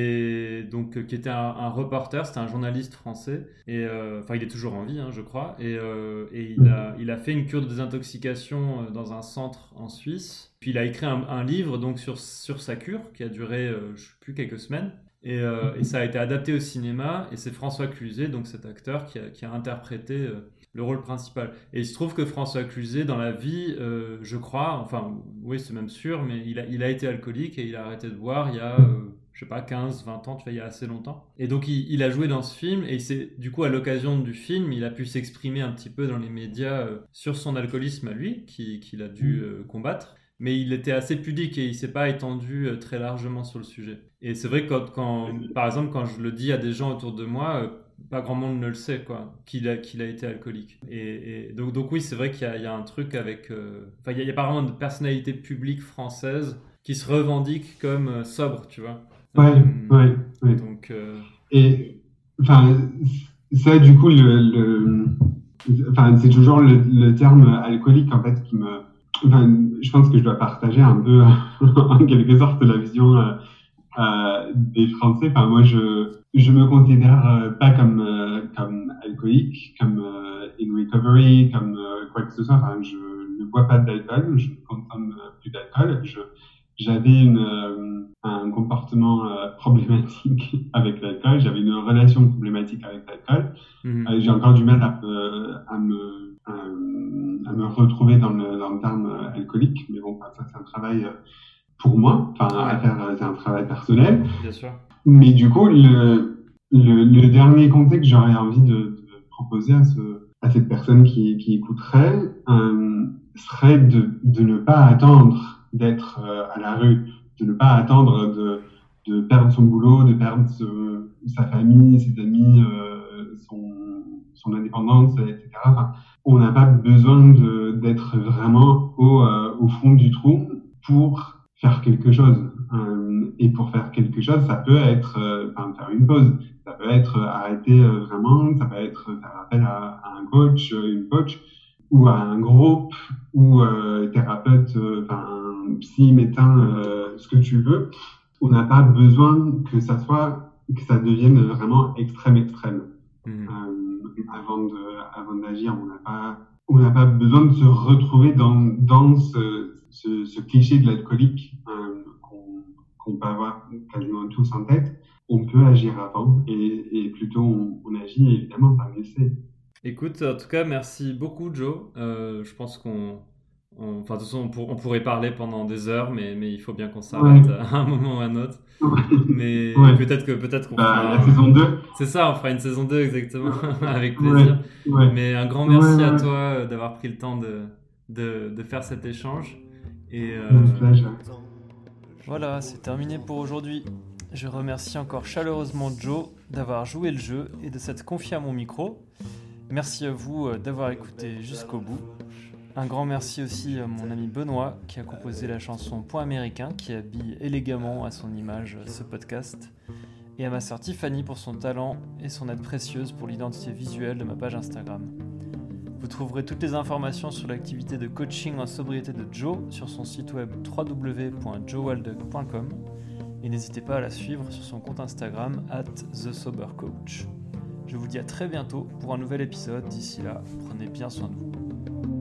et donc euh, qui était un, un reporter. C'était un journaliste français. Et euh, enfin, il est toujours en vie, hein, je crois. Et, euh, et il a, il a fait une cure de désintoxication euh, dans un centre en Suisse. Puis il a écrit un, un livre donc sur sur sa cure qui a duré, euh, je sais plus, quelques semaines. Et, euh, et ça a été adapté au cinéma, et c'est François Cluzet, donc cet acteur, qui a, qui a interprété euh, le rôle principal. Et il se trouve que François Cluzet, dans la vie, euh, je crois, enfin, oui, c'est même sûr, mais il a, il a été alcoolique et il a arrêté de boire il y a, euh, je sais pas, quinze, vingt ans, tu vois, il y a assez longtemps. Et donc, il, il a joué dans ce film, et il s'est, du coup, à l'occasion du film, il a pu s'exprimer un petit peu dans les médias euh, sur son alcoolisme à lui, qui, qu'il a dû euh, combattre. Mais il était assez pudique et il ne s'est pas étendu euh, très largement sur le sujet. Et c'est vrai que quand, quand, par exemple, quand je le dis à des gens autour de moi, euh, pas grand monde ne le sait, quoi, qu'il a, qu'il a été alcoolique. Et, et donc, donc oui, c'est vrai qu'il y a, il y a un truc avec... euh, Enfin, il n'y a, il y a pas vraiment de personnalité publique française qui se revendique comme euh, sobre, tu vois. Ouais, Euh, ouais, ouais. Donc, euh, Et enfin, ça, du coup, le, le, enfin, c'est toujours le, le terme alcoolique en fait qui me, enfin, je pense que je dois partager un peu en quelque sorte la vision euh, euh, des Français. Enfin, moi, je, je me considère euh, pas comme euh, comme alcoolique, comme euh, in recovery, comme euh, quoi que ce soit. Enfin, je ne bois pas d'alcool, je ne consomme euh, plus d'alcool. Je, j'avais une, euh, un comportement euh, problématique avec l'alcool, j'avais une relation problématique avec l'alcool. mhm. Euh, j'ai encore du mal à, me- à, me, à, à me retrouver dans le, dans le terme euh, alcoolique, mais bon, enfin, ça c'est un travail euh, pour moi, enfin à Ouais. faire, euh, c'est un travail personnel. Bien sûr. Mais du coup, le, le, le dernier conseil que j'aurais envie de, de proposer à, ce, à cette personne qui, qui écouterait euh, serait de, de ne pas attendre d'être euh, à la rue, de ne pas attendre de, de perdre son boulot, de perdre ce, sa famille, ses amis, euh, son, son indépendance, et cetera. Enfin, on n'a pas besoin de, d'être vraiment au, euh, au fond du trou pour faire quelque chose. Euh, et pour faire quelque chose, ça peut être euh, enfin, faire une pause, ça peut être euh, arrêter euh, vraiment, ça peut être faire appel à, à un coach, euh, une coach, ou à un groupe, ou euh, thérapeute, euh, un psy, médecin, euh, ce que tu veux. On n'a pas besoin que ça soit, que ça devienne vraiment extrême, extrême. Mhm. Euh, avant de, avant d'agir, on n'a pas, on n'a pas besoin de se retrouver dans, dans ce, ce, ce cliché de l'alcoolique euh, qu'on, qu'on peut avoir quasiment tous en tête. On peut agir avant et, et plutôt on, on agit évidemment par l'essai. Écoute, en tout cas, merci beaucoup, Joe. Euh, je pense qu'on... on- Enfin, de toute façon, on, pour- on pourrait parler pendant des heures, mais, mais il faut bien qu'on s'arrête Ouais. à un moment ou à un autre. Ouais. Mais Ouais. peut-être que peut-être qu'on Bah, fera... la saison deux. C'est ça, on fera une saison deux exactement, avec Ouais. plaisir. Ouais. Mais un grand merci Ouais, à ouais. toi euh, d'avoir pris le temps de, de, de faire cet échange. Et euh, Mon plaisir. voilà, c'est terminé pour aujourd'hui. Je remercie encore chaleureusement Joe d'avoir joué le jeu et de s'être confié à mon micro. Merci à vous euh, d'avoir écouté jusqu'au bout. Un grand merci aussi à mon ami Benoît qui a composé la chanson Point américain qui habille élégamment à son image ce podcast. Et à ma sœur Tiffany pour son talent et son aide précieuse pour l'identité visuelle de ma page Instagram. Vous trouverez toutes les informations sur l'activité de coaching en sobriété de Joe sur son site web w w w point joe walduck point com et n'hésitez pas à la suivre sur son compte Instagram arobase the sober coach. Je vous dis à très bientôt pour un nouvel épisode. D'ici là, prenez bien soin de vous.